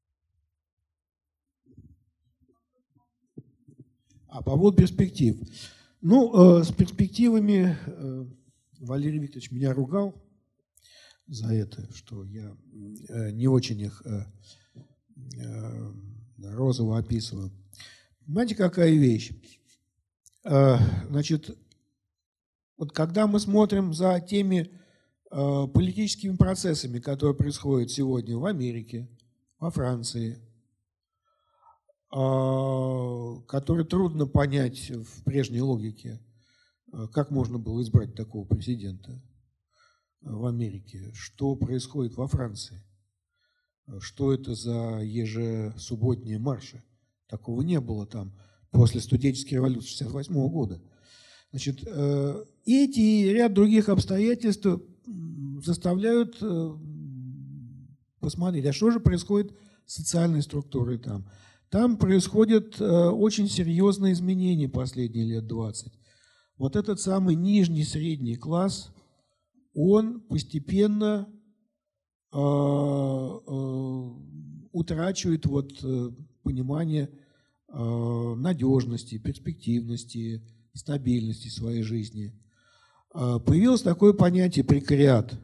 А по поводу перспектив. Ну, э, с перспективами э, Валерий Викторович меня ругал за это, что я э, не очень их э, э, розово описываю. Понимаете, какая вещь? Э, значит, вот когда мы смотрим за теми э, политическими процессами, которые происходят сегодня в Америке, во Франции, э, которые трудно понять в прежней логике, э, как можно было избрать такого президента в Америке, что происходит во Франции, что это за ежесубботние марши. Такого не было там после студенческой революции шестьдесят восьмого года. Значит, эти и ряд других обстоятельств заставляют посмотреть, а что же происходит с социальной структурой там. Там происходят очень серьезные изменения последние лет двадцать. Вот этот самый нижний средний класс, он постепенно э, э, утрачивает вот, э, понимание э, надежности, перспективности, стабильности своей жизни. Э, появилось такое понятие прекариат.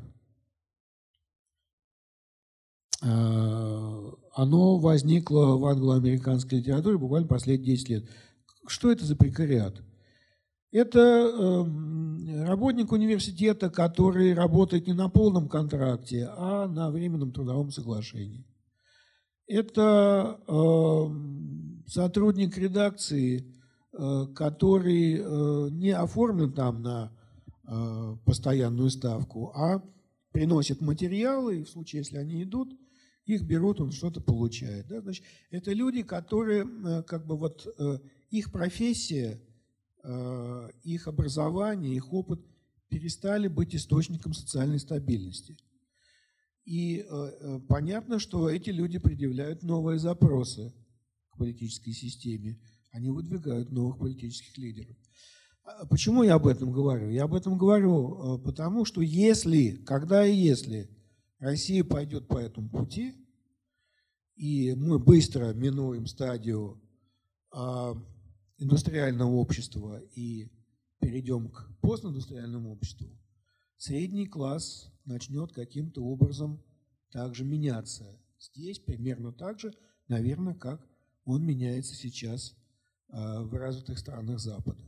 Э, оно возникло в англо-американской литературе буквально последние десять лет. Что это за прекариат? Это э, работник университета, который работает не на полном контракте, а на временном трудовом соглашении. Это э, сотрудник редакции, э, который э, не оформлен там на э, постоянную ставку, а приносит материалы, и в случае, если они идут, их берут, он что-то получает. Да? Значит, это люди, которые, э, как бы вот э, их профессия, их образование, их опыт перестали быть источником социальной стабильности. И э, понятно, что эти люди предъявляют новые запросы к политической системе. Они выдвигают новых политических лидеров. Почему я об этом говорю? Я об этом говорю потому, что если, когда и если Россия пойдет по этому пути, и мы быстро минуем стадию э, индустриального общества и перейдем к постиндустриальному обществу, средний класс начнет каким-то образом также меняться. Здесь примерно так же, наверное, как он меняется сейчас в развитых странах Запада.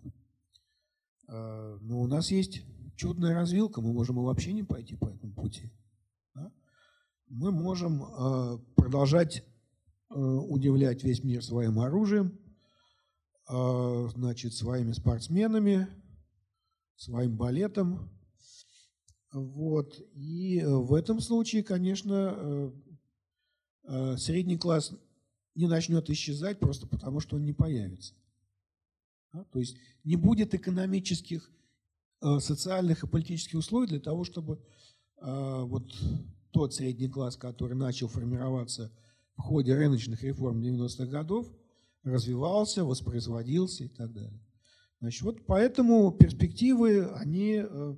Но у нас есть чудная развилка, мы можем и вообще не пойти по этому пути. Мы можем продолжать удивлять весь мир своим оружием, значит, своими спортсменами, своим балетом. Вот. И в этом случае, конечно, средний класс не начнет исчезать просто потому, что он не появится. То есть не будет экономических, социальных и политических условий для того, чтобы вот тот средний класс, который начал формироваться в ходе рыночных реформ девяностых годов, развивался, воспроизводился и так далее. Значит, вот поэтому перспективы, они,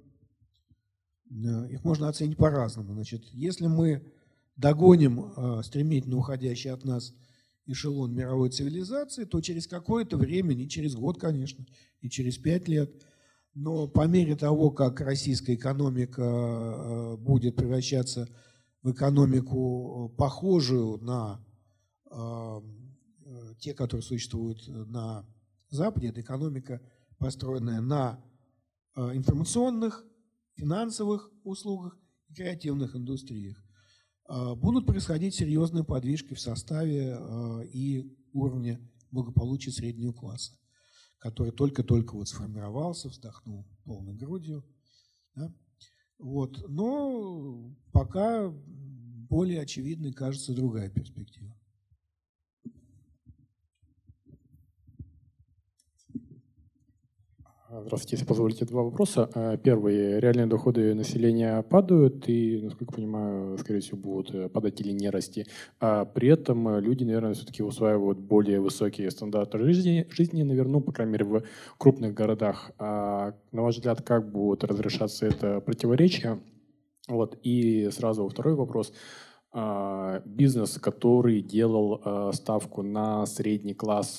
их можно оценить по-разному. Значит, если мы догоним стремительно уходящий от нас эшелон мировой цивилизации, то через какое-то время, не через год, конечно, не через пять лет, но по мере того, как российская экономика будет превращаться в экономику, похожую на те, которые существуют на Западе, это экономика, построенная на информационных, финансовых услугах и креативных индустриях, будут происходить серьезные подвижки в составе и уровне благополучия среднего класса, который только-только вот сформировался, вздохнул полной грудью. Да? Вот. Но пока более очевидной кажется другая перспектива. Здравствуйте, если позволите, два вопроса. Первый. Реальные доходы населения падают и, насколько я понимаю, скорее всего, будут падать или не расти. А при этом люди, наверное, все-таки усваивают более высокие стандарты жизни, жизни, наверное, ну, по крайней мере, в крупных городах. А, на ваш взгляд, как будет разрешаться это противоречие? Вот. И сразу второй вопрос. А, бизнес, который делал а, ставку на средний класс,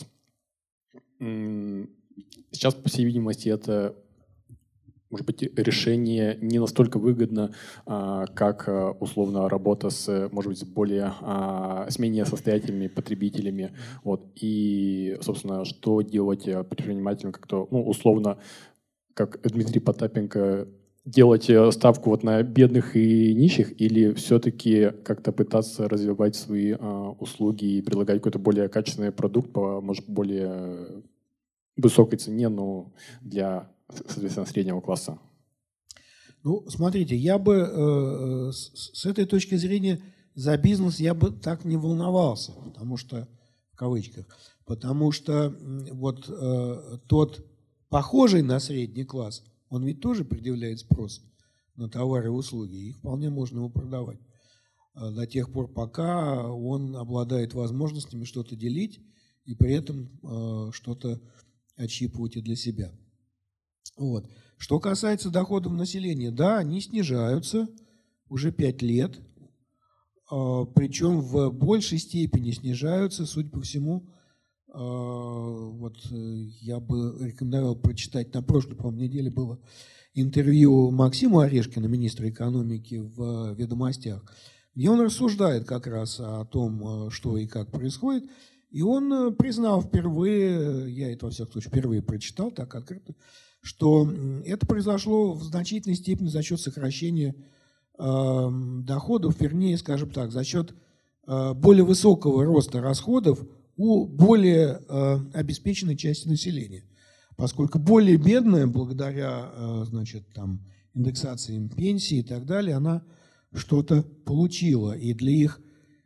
сейчас, по всей видимости, это, может быть, решение не настолько выгодно, как, условно, работа с, может быть, с более, с менее состоятельными потребителями. Вот. И, собственно, что делать предпринимателям, как-то, ну, условно, как Дмитрий Потапенко, делать ставку вот на бедных и нищих, или все-таки как-то пытаться развивать свои услуги и предлагать какой-то более качественный продукт по, может, более высокой цене, но для, соответственно, среднего класса? Ну, смотрите, я бы э, с, с этой точки зрения за бизнес я бы так не волновался, потому что, в кавычках, потому что вот э, тот похожий на средний класс, он ведь тоже предъявляет спрос на товары и услуги, их вполне можно его продавать до тех пор, пока он обладает возможностями что-то делить и при этом э, что-то отщипывать и для себя. Вот. Что касается доходов населения, да, они снижаются уже пять лет, причем в большей степени снижаются, судя по всему, вот я бы рекомендовал прочитать, на прошлой, по-моему, неделе было интервью Максима Орешкина, министра экономики, в «Ведомостях», где он рассуждает как раз о том, что и как происходит. И он признал впервые, я это, во всяком случае, впервые прочитал так открыто, что это произошло в значительной степени за счет сокращения э, доходов, вернее, скажем так, за счет э, более высокого роста расходов у более э, обеспеченной части населения. Поскольку более бедная, благодаря э, значит, там, индексации пенсии и так далее, она что-то получила. И для их...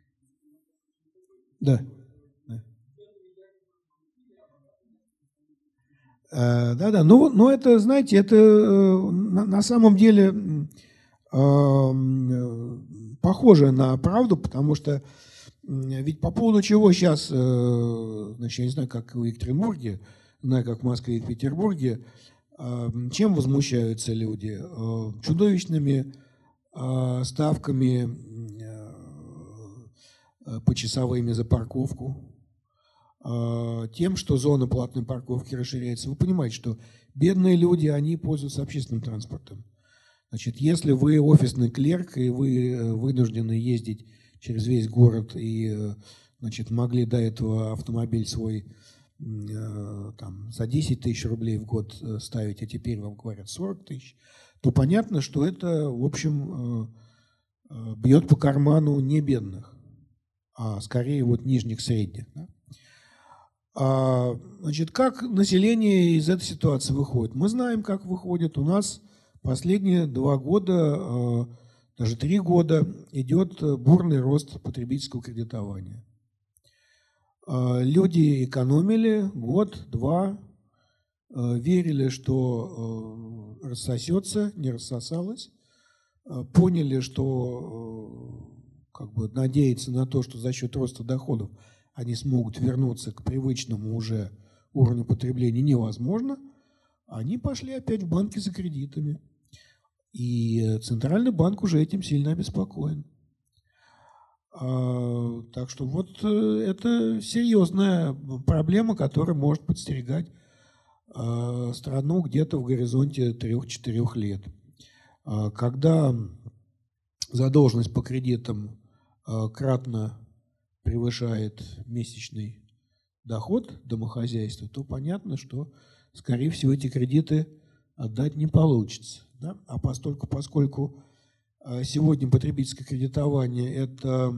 Да. Да-да, ну, ну это, знаете, это на, на самом деле э, похоже на правду, потому что ведь по поводу чего сейчас, э, значит, я не знаю, как в Екатеринбурге, знаю, как в Москве и в Петербурге, э, чем возмущаются люди? Э, чудовищными э, ставками э, почасовыми за парковку, тем, что зона платной парковки расширяется. Вы понимаете, что бедные люди, они пользуются общественным транспортом. Значит, если вы офисный клерк, и вы вынуждены ездить через весь город, и, значит, могли до этого автомобиль свой там, за десять тысяч рублей в год ставить, а теперь вам говорят сорок тысяч, то понятно, что это, в общем, бьет по карману не бедных, а скорее вот нижних, средних. Да? А, значит, как население из этой ситуации выходит? Мы знаем, как выходит. У нас последние два года, даже три года идет бурный рост потребительского кредитования. Люди экономили год, два, верили, что рассосется, не рассосалось, поняли, что как бы надеяться на то, что за счет роста доходов они смогут вернуться к привычному уже уровню потребления, невозможно, они пошли опять в банки за кредитами. И Центральный банк уже этим сильно обеспокоен. А, так что вот это серьезная проблема, которая может подстерегать а, страну где-то в горизонте трех-четырех лет. А, когда задолженность по кредитам а, кратно превышает месячный доход домохозяйства, то понятно, что, скорее всего, эти кредиты отдать не получится. Да? А поскольку, поскольку сегодня потребительское кредитование – это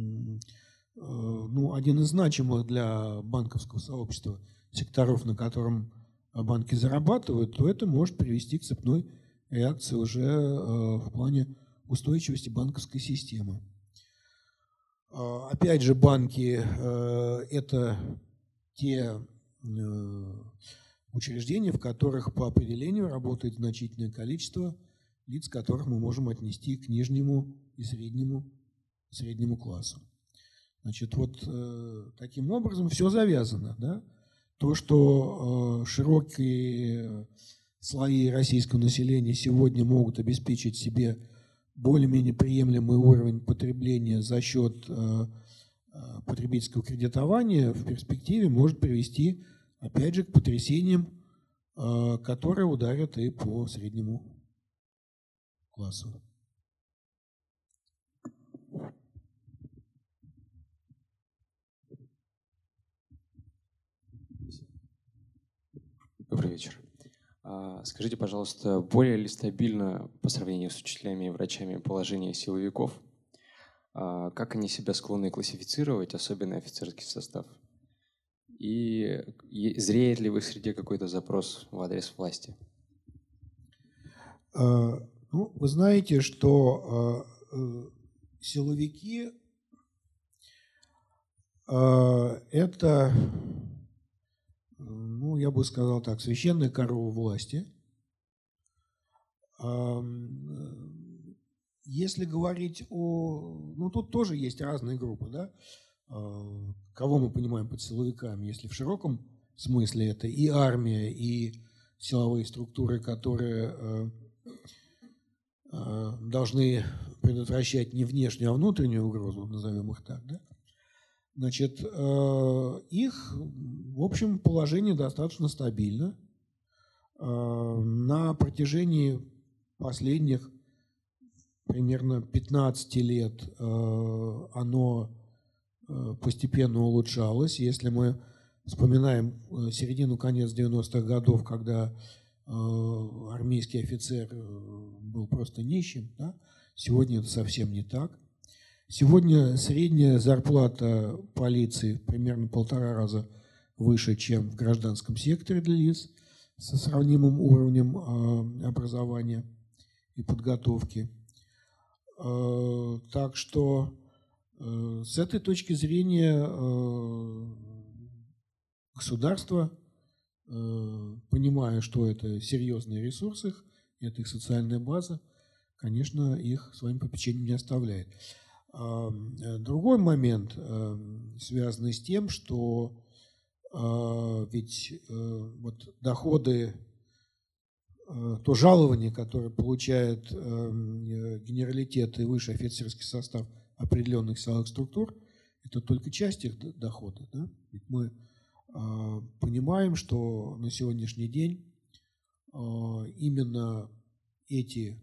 ну, один из значимых для банковского сообщества секторов, на котором банки зарабатывают, то это может привести к цепной реакции уже в плане устойчивости банковской системы. Опять же, банки – это те учреждения, в которых по определению работает значительное количество лиц, которых мы можем отнести к нижнему и среднему, среднему классу. Значит, вот э, таким образом все завязано. Да? То, что э, широкие слои российского населения сегодня могут обеспечить себе более-менее приемлемый уровень потребления за счет э, потребительского кредитования, в перспективе может привести, опять же, к потрясениям, э, которые ударят и по среднему классу. Добрый вечер. Скажите, пожалуйста, более ли стабильно по сравнению с учителями и врачами положение силовиков? Как они себя склонны классифицировать, особенно офицерский состав? И зреет ли в их среде какой-то запрос в адрес власти? Ну, вы знаете, что силовики – это, ну, я бы сказал так, священная корова власти. Если говорить о… Ну, тут тоже есть разные группы, да? Кого мы понимаем под силовиками? Если в широком смысле это и армия, и силовые структуры, которые должны предотвращать не внешнюю, а внутреннюю угрозу, назовем их так, да? Значит, их, в общем, положение достаточно стабильно. На протяжении последних примерно пятнадцати лет оно постепенно улучшалось. Если мы вспоминаем середину, конец девяностых годов, когда армейский офицер был просто нищим, да? Сегодня это совсем не так. Сегодня средняя зарплата полиции примерно полтора раза выше, чем в гражданском секторе для лиц со сравнимым уровнем образования и подготовки. Так что с этой точки зрения государство, понимая, что это серьезные ресурсы, это их социальная база, конечно, их своим попечением не оставляет. Другой момент, связанный с тем, что ведь вот доходы, то жалование, которое получает генералитет и высший офицерский состав определенных силовых структур, это только часть их дохода. Да? Ведь мы понимаем, что на сегодняшний день именно эти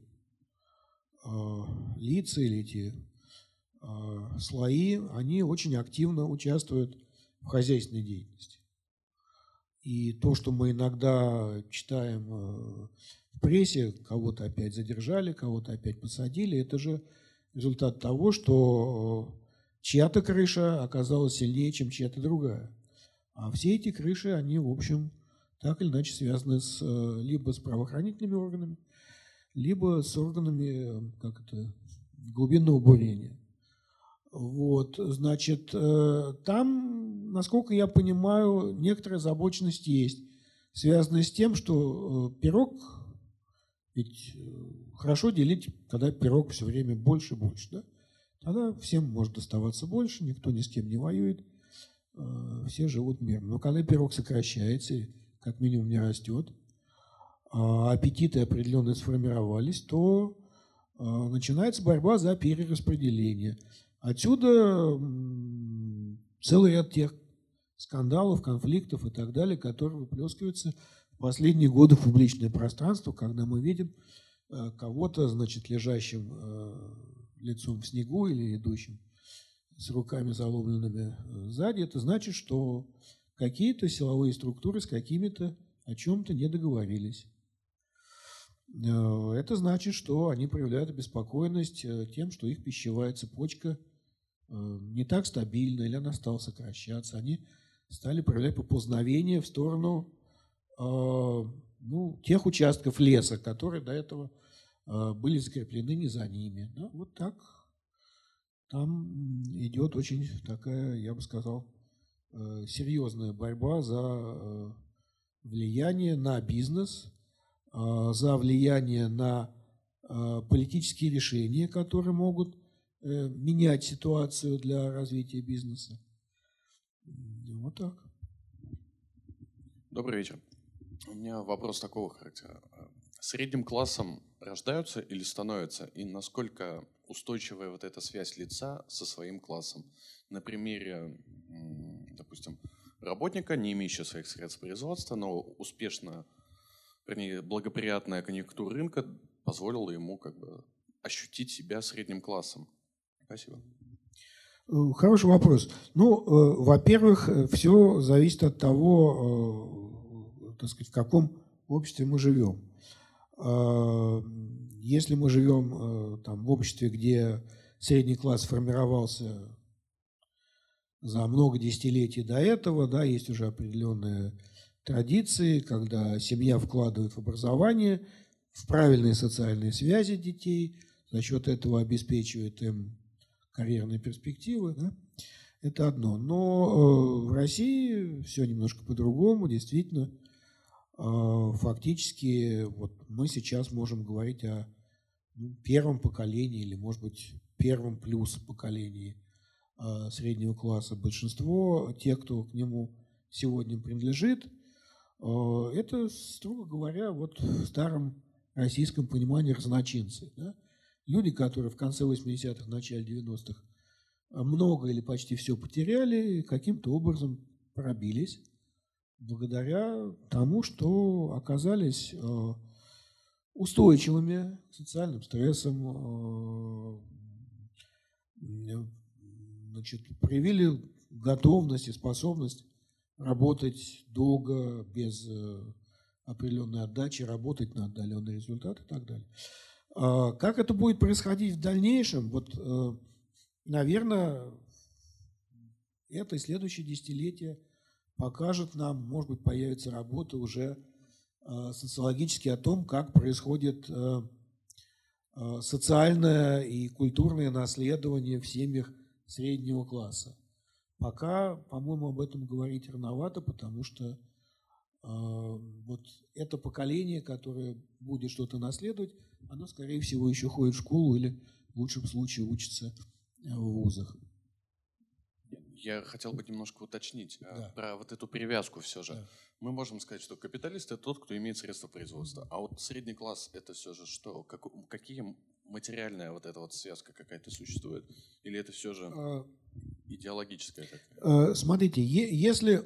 лица или эти слои, они очень активно участвуют в хозяйственной деятельности. И то, что мы иногда читаем в прессе, кого-то опять задержали, кого-то опять посадили, это же результат того, что чья-то крыша оказалась сильнее, чем чья-то другая. А все эти крыши, они, в общем, так или иначе связаны с, либо с правоохранительными органами, либо с органами, как это, глубинного бурения. Вот, значит, там, насколько я понимаю, некоторая озабоченность есть, связанная с тем, что пирог, ведь хорошо делить, когда пирог все время больше и больше, да? Тогда всем может доставаться больше, никто ни с кем не воюет, все живут мирно. Но когда пирог сокращается, как минимум не растет, а аппетиты определенно сформировались, то начинается борьба за перераспределение. Отсюда целый ряд тех скандалов, конфликтов и так далее, которые выплескиваются в последние годы в публичное пространство, когда мы видим кого-то, значит, лежащим лицом в снегу или идущим с руками заломленными сзади. Это значит, что какие-то силовые структуры с какими-то о чем-то не договорились. Это значит, что они проявляют обеспокоенность тем, что их пищевая цепочка не так стабильна, или она стала сокращаться. Они стали проявлять поползновение в сторону ну, тех участков леса, которые до этого были закреплены не за ними. Да, вот так там идет очень такая, я бы сказал, серьезная борьба за влияние на бизнес, за влияние на политические решения, которые могут менять ситуацию для развития бизнеса. Вот так. Добрый вечер. У меня вопрос такого характера. Средним классом рождаются или становятся? И насколько устойчивая вот эта связь лица со своим классом? На примере, допустим, работника, не имеющего своих средств производства, но успешно, вернее, благоприятная конъюнктура рынка позволила ему как бы ощутить себя средним классом. Спасибо. Хороший вопрос. Ну, во-первых, все зависит от того, так сказать, в каком обществе мы живем. Если мы живем там, в обществе, где средний класс формировался за много десятилетий до этого, да, есть уже определенные традиции, когда семья вкладывает в образование, в правильные социальные связи детей, за счет этого обеспечивает им карьерные перспективы, да, это одно. Но в России все немножко по-другому, действительно. Фактически вот мы сейчас можем говорить о первом поколении или, может быть, первом плюс поколении среднего класса. Большинство тех, кто к нему сегодня принадлежит, это, строго говоря, вот в старом российском понимании разночинцы. Да? Люди, которые в конце восьмидесятых, начале девяностых много или почти все потеряли, каким-то образом пробились благодаря тому, что оказались устойчивыми к социальным стрессам, значит, проявили готовность и способность работать долго, без определенной отдачи, работать на отдаленный результат и так далее. Как это будет происходить в дальнейшем? Вот, наверное, это и следующее десятилетие покажет нам, может быть, появится работа уже социологически о том, как происходит социальное и культурное наследование в семьях среднего класса. Пока, по-моему, об этом говорить рановато, потому что вот это поколение, которое будет что-то наследовать, оно, скорее всего, еще ходит в школу или, в лучшем случае, учится в вузах. Я хотел бы немножко уточнить Да. про вот эту привязку все же. Да. Мы можем сказать, что капиталист – это тот, кто имеет средства производства. А вот средний класс – это все же что? Как, какие материальная вот эта вот связка какая-то существует? Или это все же идеологическая такая? Смотрите, если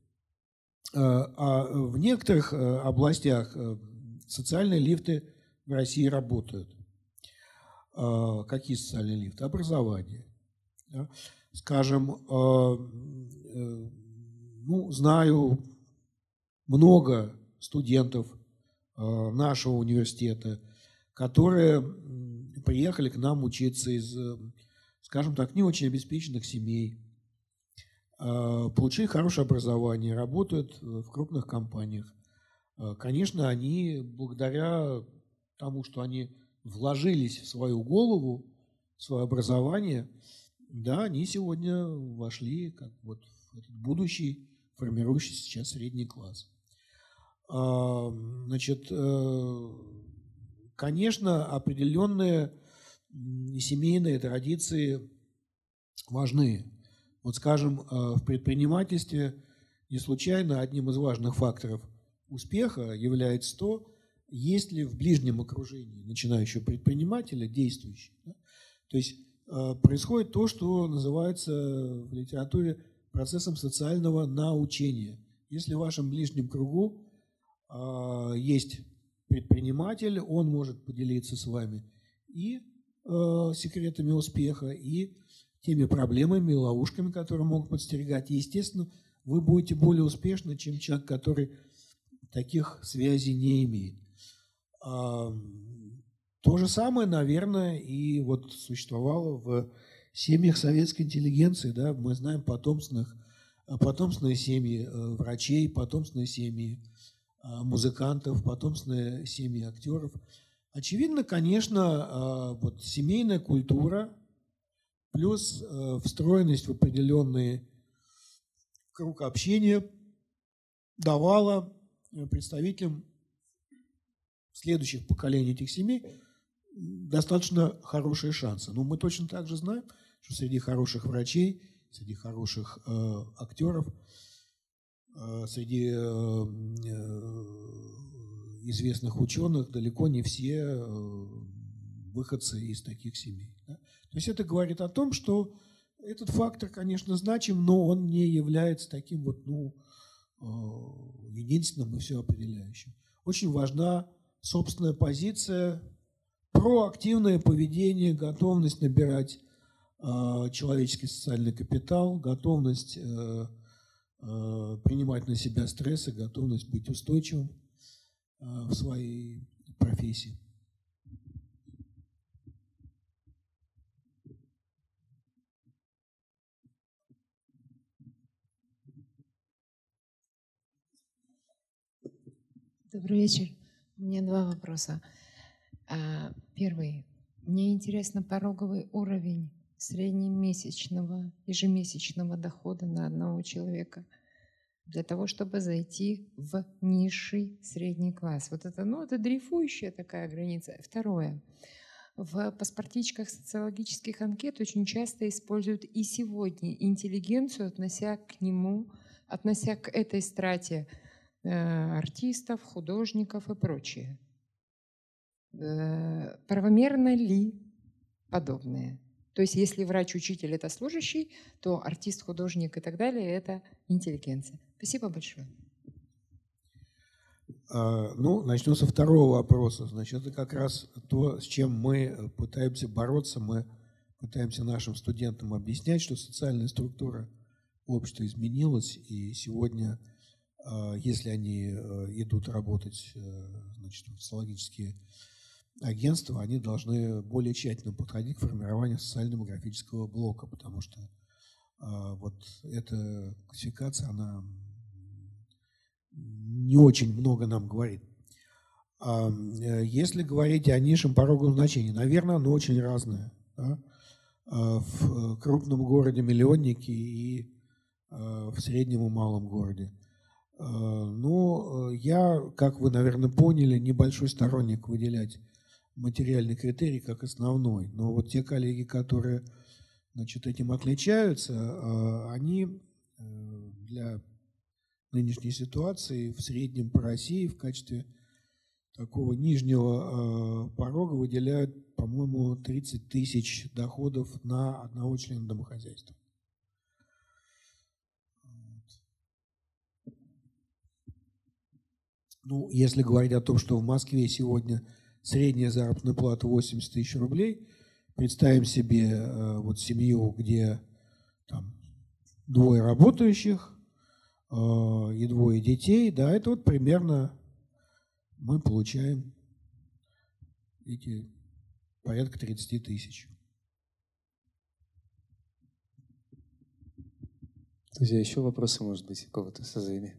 в некоторых областях социальные лифты в России работают. Какие социальные лифты? Образование. Скажем, ну, знаю много студентов нашего университета, которые приехали к нам учиться из, скажем так, не очень обеспеченных семей, получили хорошее образование, работают в крупных компаниях. Конечно, они благодаря тому, что они вложились в свою голову, в свое образование, да, они сегодня вошли как вот в этот будущий, формирующийся сейчас средний класс. Значит, конечно, определенные семейные традиции важны. Вот, скажем, в предпринимательстве не случайно одним из важных факторов успеха является то, есть ли в ближнем окружении начинающего предпринимателя действующий. Да? То есть происходит то, что называется в литературе процессом социального научения. Если в вашем ближнем кругу э, есть предприниматель, он может поделиться с вами и э, секретами успеха, и теми проблемами и ловушками, которые могут подстерегать. И, естественно, вы будете более успешны, чем человек, который таких связей не имеет. А, то же самое, наверное, и вот существовало в семьях советской интеллигенции. Да? Мы знаем потомственных, потомственные семьи врачей, потомственные семьи музыкантов, потомственные семьи актеров. Очевидно, конечно, вот семейная культура плюс встроенность в определенный круг общения давала представителям следующих поколений этих семей достаточно хорошие шансы. Но мы точно так же знаем, что среди хороших врачей, среди хороших э, актеров, э, среди э, известных ученых далеко не все э, выходцы из таких семей. Да? То есть это говорит о том, что этот фактор, конечно, значим, но он не является таким вот, ну, э, единственным и все определяющим. Очень важна собственная позиция, проактивное поведение, готовность набирать э, человеческий социальный капитал, готовность э, э, принимать на себя стрессы, готовность быть устойчивым э, в своей профессии. Добрый вечер. У меня два вопроса. Первый. Мне интересно пороговый уровень среднемесячного, ежемесячного дохода на одного человека для того, чтобы зайти в низший средний класс. Вот это, ну, это дрейфующая такая граница. Второе. В паспортичках социологических анкет очень часто используют и сегодня интеллигенцию, относя к нему, относя к этой страте артистов, художников и прочее. Правомерно ли подобное? То есть если врач-учитель – это служащий, то артист, художник и так далее – это интеллигенция. Спасибо большое. Ну, начну со второго вопроса. Значит, это как раз то, с чем мы пытаемся бороться. Мы пытаемся нашим студентам объяснять, что социальная структура общества изменилась, и сегодня, если они идут работать, значит, в социологические агентства, они должны более тщательно подходить к формированию социально-демографического блока, потому что вот эта классификация, она не очень много нам говорит. Если говорить о низшем пороговом значении, наверное, оно очень разное. Да? В крупном городе-миллионнике и в среднем и малом городе. Но я, как вы, наверное, поняли, небольшой сторонник выделять материальный критерий как основной. Но вот те коллеги, которые, значит, этим отличаются, они для нынешней ситуации в среднем по России в качестве такого нижнего порога выделяют, по-моему, тридцать тысяч доходов на одного члена домохозяйства. Ну, если говорить о том, что в Москве сегодня средняя заработная плата восемьдесят тысяч рублей, представим себе э, вот семью, где там двое работающих э, и двое детей, да, это вот примерно мы получаем эти порядка тридцать тысяч. Друзья, еще вопросы, может быть, какого-то созыва?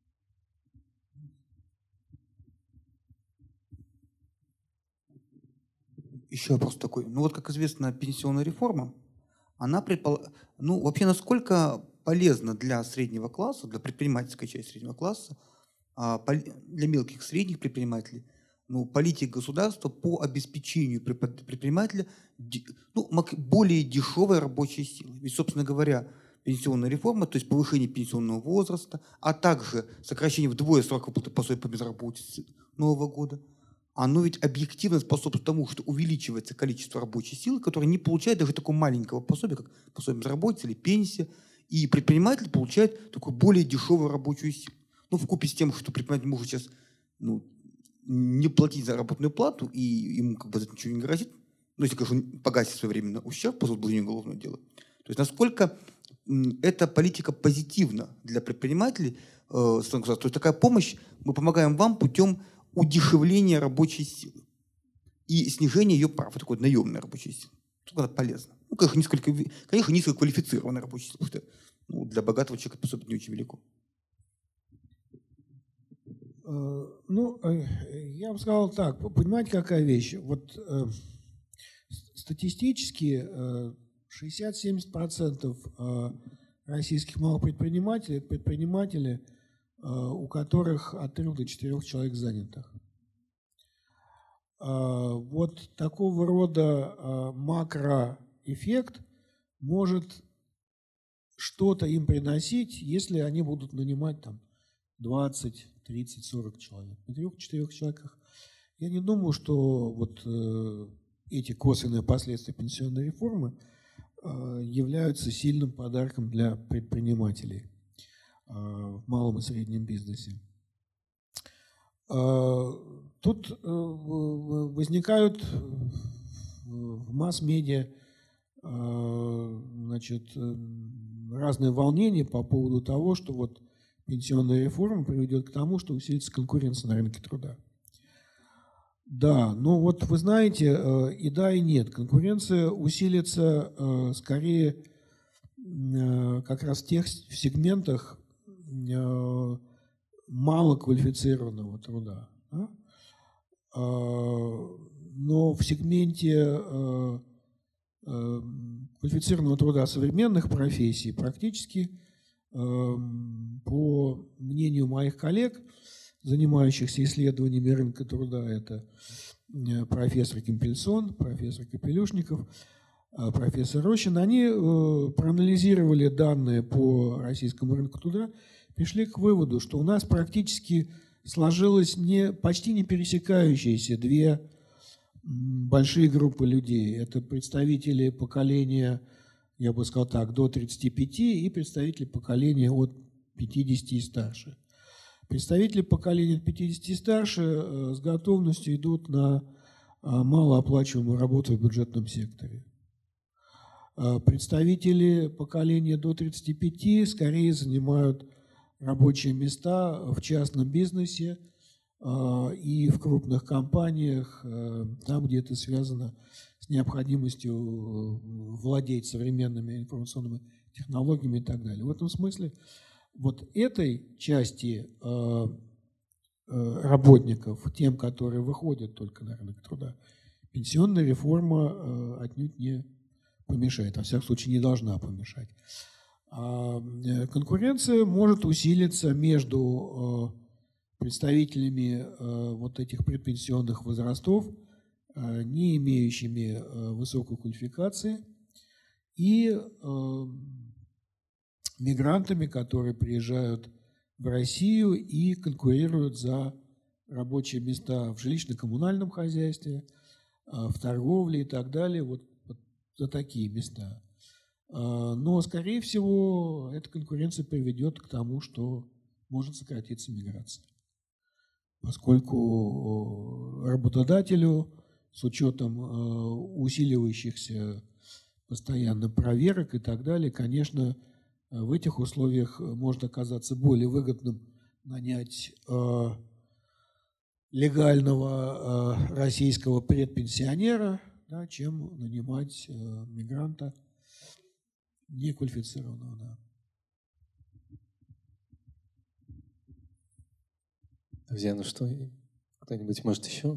Еще вопрос такой. Ну вот, как известно, пенсионная реформа, она предпол... ну вообще насколько полезна для среднего класса, для предпринимательской части среднего класса, для мелких средних предпринимателей, ну, политика государства по обеспечению предпринимателя ну, более дешевой рабочей силы. Ведь, собственно говоря, пенсионная реформа, то есть повышение пенсионного возраста, а также сокращение вдвое срока выплаты пособия по безработице Нового года, оно ведь объективно способствует тому, что увеличивается количество рабочей силы, которая не получает даже такого маленького пособия, как пособие безработицы или пенсия, и предприниматель получает такую более дешевую рабочую силу. Ну, вкупе с тем, что предприниматель может сейчас ну, не платить заработную плату, и ему как бы за это ничего не грозит, ну, если, конечно, он погасит своевременно ущерб по возбуждению уголовного дела. То есть насколько эта политика позитивна для предпринимателей, э, то есть такая помощь, мы помогаем вам путем удешевления рабочей силы и снижения ее прав. Это такое наемная рабочая сила. Сколько она полезна? Ну, конечно, несколько, конечно, низкоквалифицированная рабочая сила, потому что ну, для богатого человека пособие не очень велико. Ну, я бы сказал так. Понимаете, какая вещь? Вот э, статистически э, шестьдесят-семьдесят процентов э, российских малых предпринимателей – это предприниматели, у которых от трех до четырех человек занятых. Вот такого рода макроэффект может что-то им приносить, если они будут нанимать там двадцать, тридцать, сорок человек. На трех-четырех человеках я не думаю, что вот э, эти косвенные последствия пенсионной реформы э, являются сильным подарком для предпринимателей э, в малом и среднем бизнесе. Э, тут э, возникают в масс-медиа э, значит, разные волнения по поводу того, что вот пенсионная реформа приведет к тому, что усилится конкуренция на рынке труда. Да, но вот вы знаете, и да, и нет. Конкуренция усилится скорее как раз в тех сегментах малоквалифицированного труда. Но в сегменте квалифицированного труда современных профессий практически, по мнению моих коллег, занимающихся исследованиями рынка труда, это профессор Кемпельсон, профессор Капелюшников, профессор Рощин, они проанализировали данные по российскому рынку труда, пришли к выводу, что у нас практически сложилось не, почти не пересекающиеся две большие группы людей. Это представители поколения, я бы сказал так, до тридцати пяти и представители поколения от пятидесяти и старше. Представители поколения от пятидесяти и старше с готовностью идут на малооплачиваемую работу в бюджетном секторе. Представители поколения до тридцати пяти скорее занимают рабочие места в частном бизнесе и в крупных компаниях, там, где это связано с необходимостью владеть современными информационными технологиями и так далее. В этом смысле вот этой части работников, тем, которые выходят только на рынок труда, пенсионная реформа отнюдь не помешает, во всяком случае не должна помешать. Конкуренция может усилиться между представителями вот этих предпенсионных возрастов, не имеющими высокой квалификации, и мигрантами, которые приезжают в Россию и конкурируют за рабочие места в жилищно-коммунальном хозяйстве, в торговле и так далее, вот, вот за такие места. Но, скорее всего, эта конкуренция приведет к тому, что может сократиться миграция. Поскольку работодателю с учетом усиливающихся постоянно проверок и так далее, конечно, в этих условиях может оказаться более выгодным нанять легального российского предпенсионера, да, чем нанимать мигранта неквалифицированного. Да. Друзья, ну что, кто-нибудь может еще?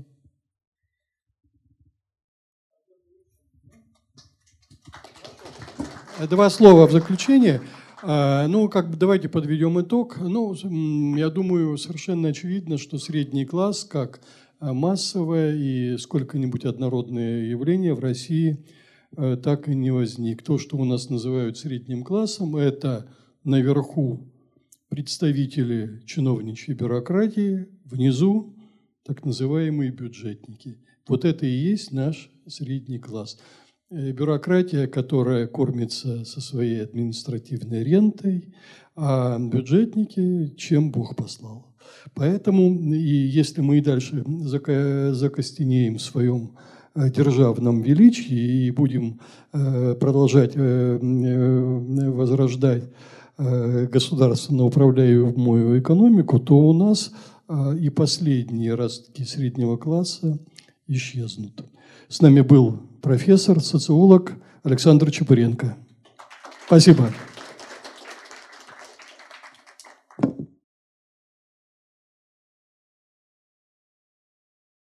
Два слова в заключение. Ну, как бы давайте подведем итог. Ну, я думаю, совершенно очевидно, что средний класс, как массовое и сколько-нибудь однородное явление в России, так и не возник. То, что у нас называют средним классом, это наверху представители чиновничьей бюрократии, внизу так называемые бюджетники. Вот это и есть наш средний класс. Бюрократия, которая кормится со своей административной рентой, а бюджетники чем Бог послал. Поэтому, и если мы и дальше закостенеем в своем державном величии и будем продолжать возрождать государственно управляемую экономику, то у нас и последние ростки среднего класса исчезнут. С нами был профессор, социолог Александр Чепуренко. Спасибо.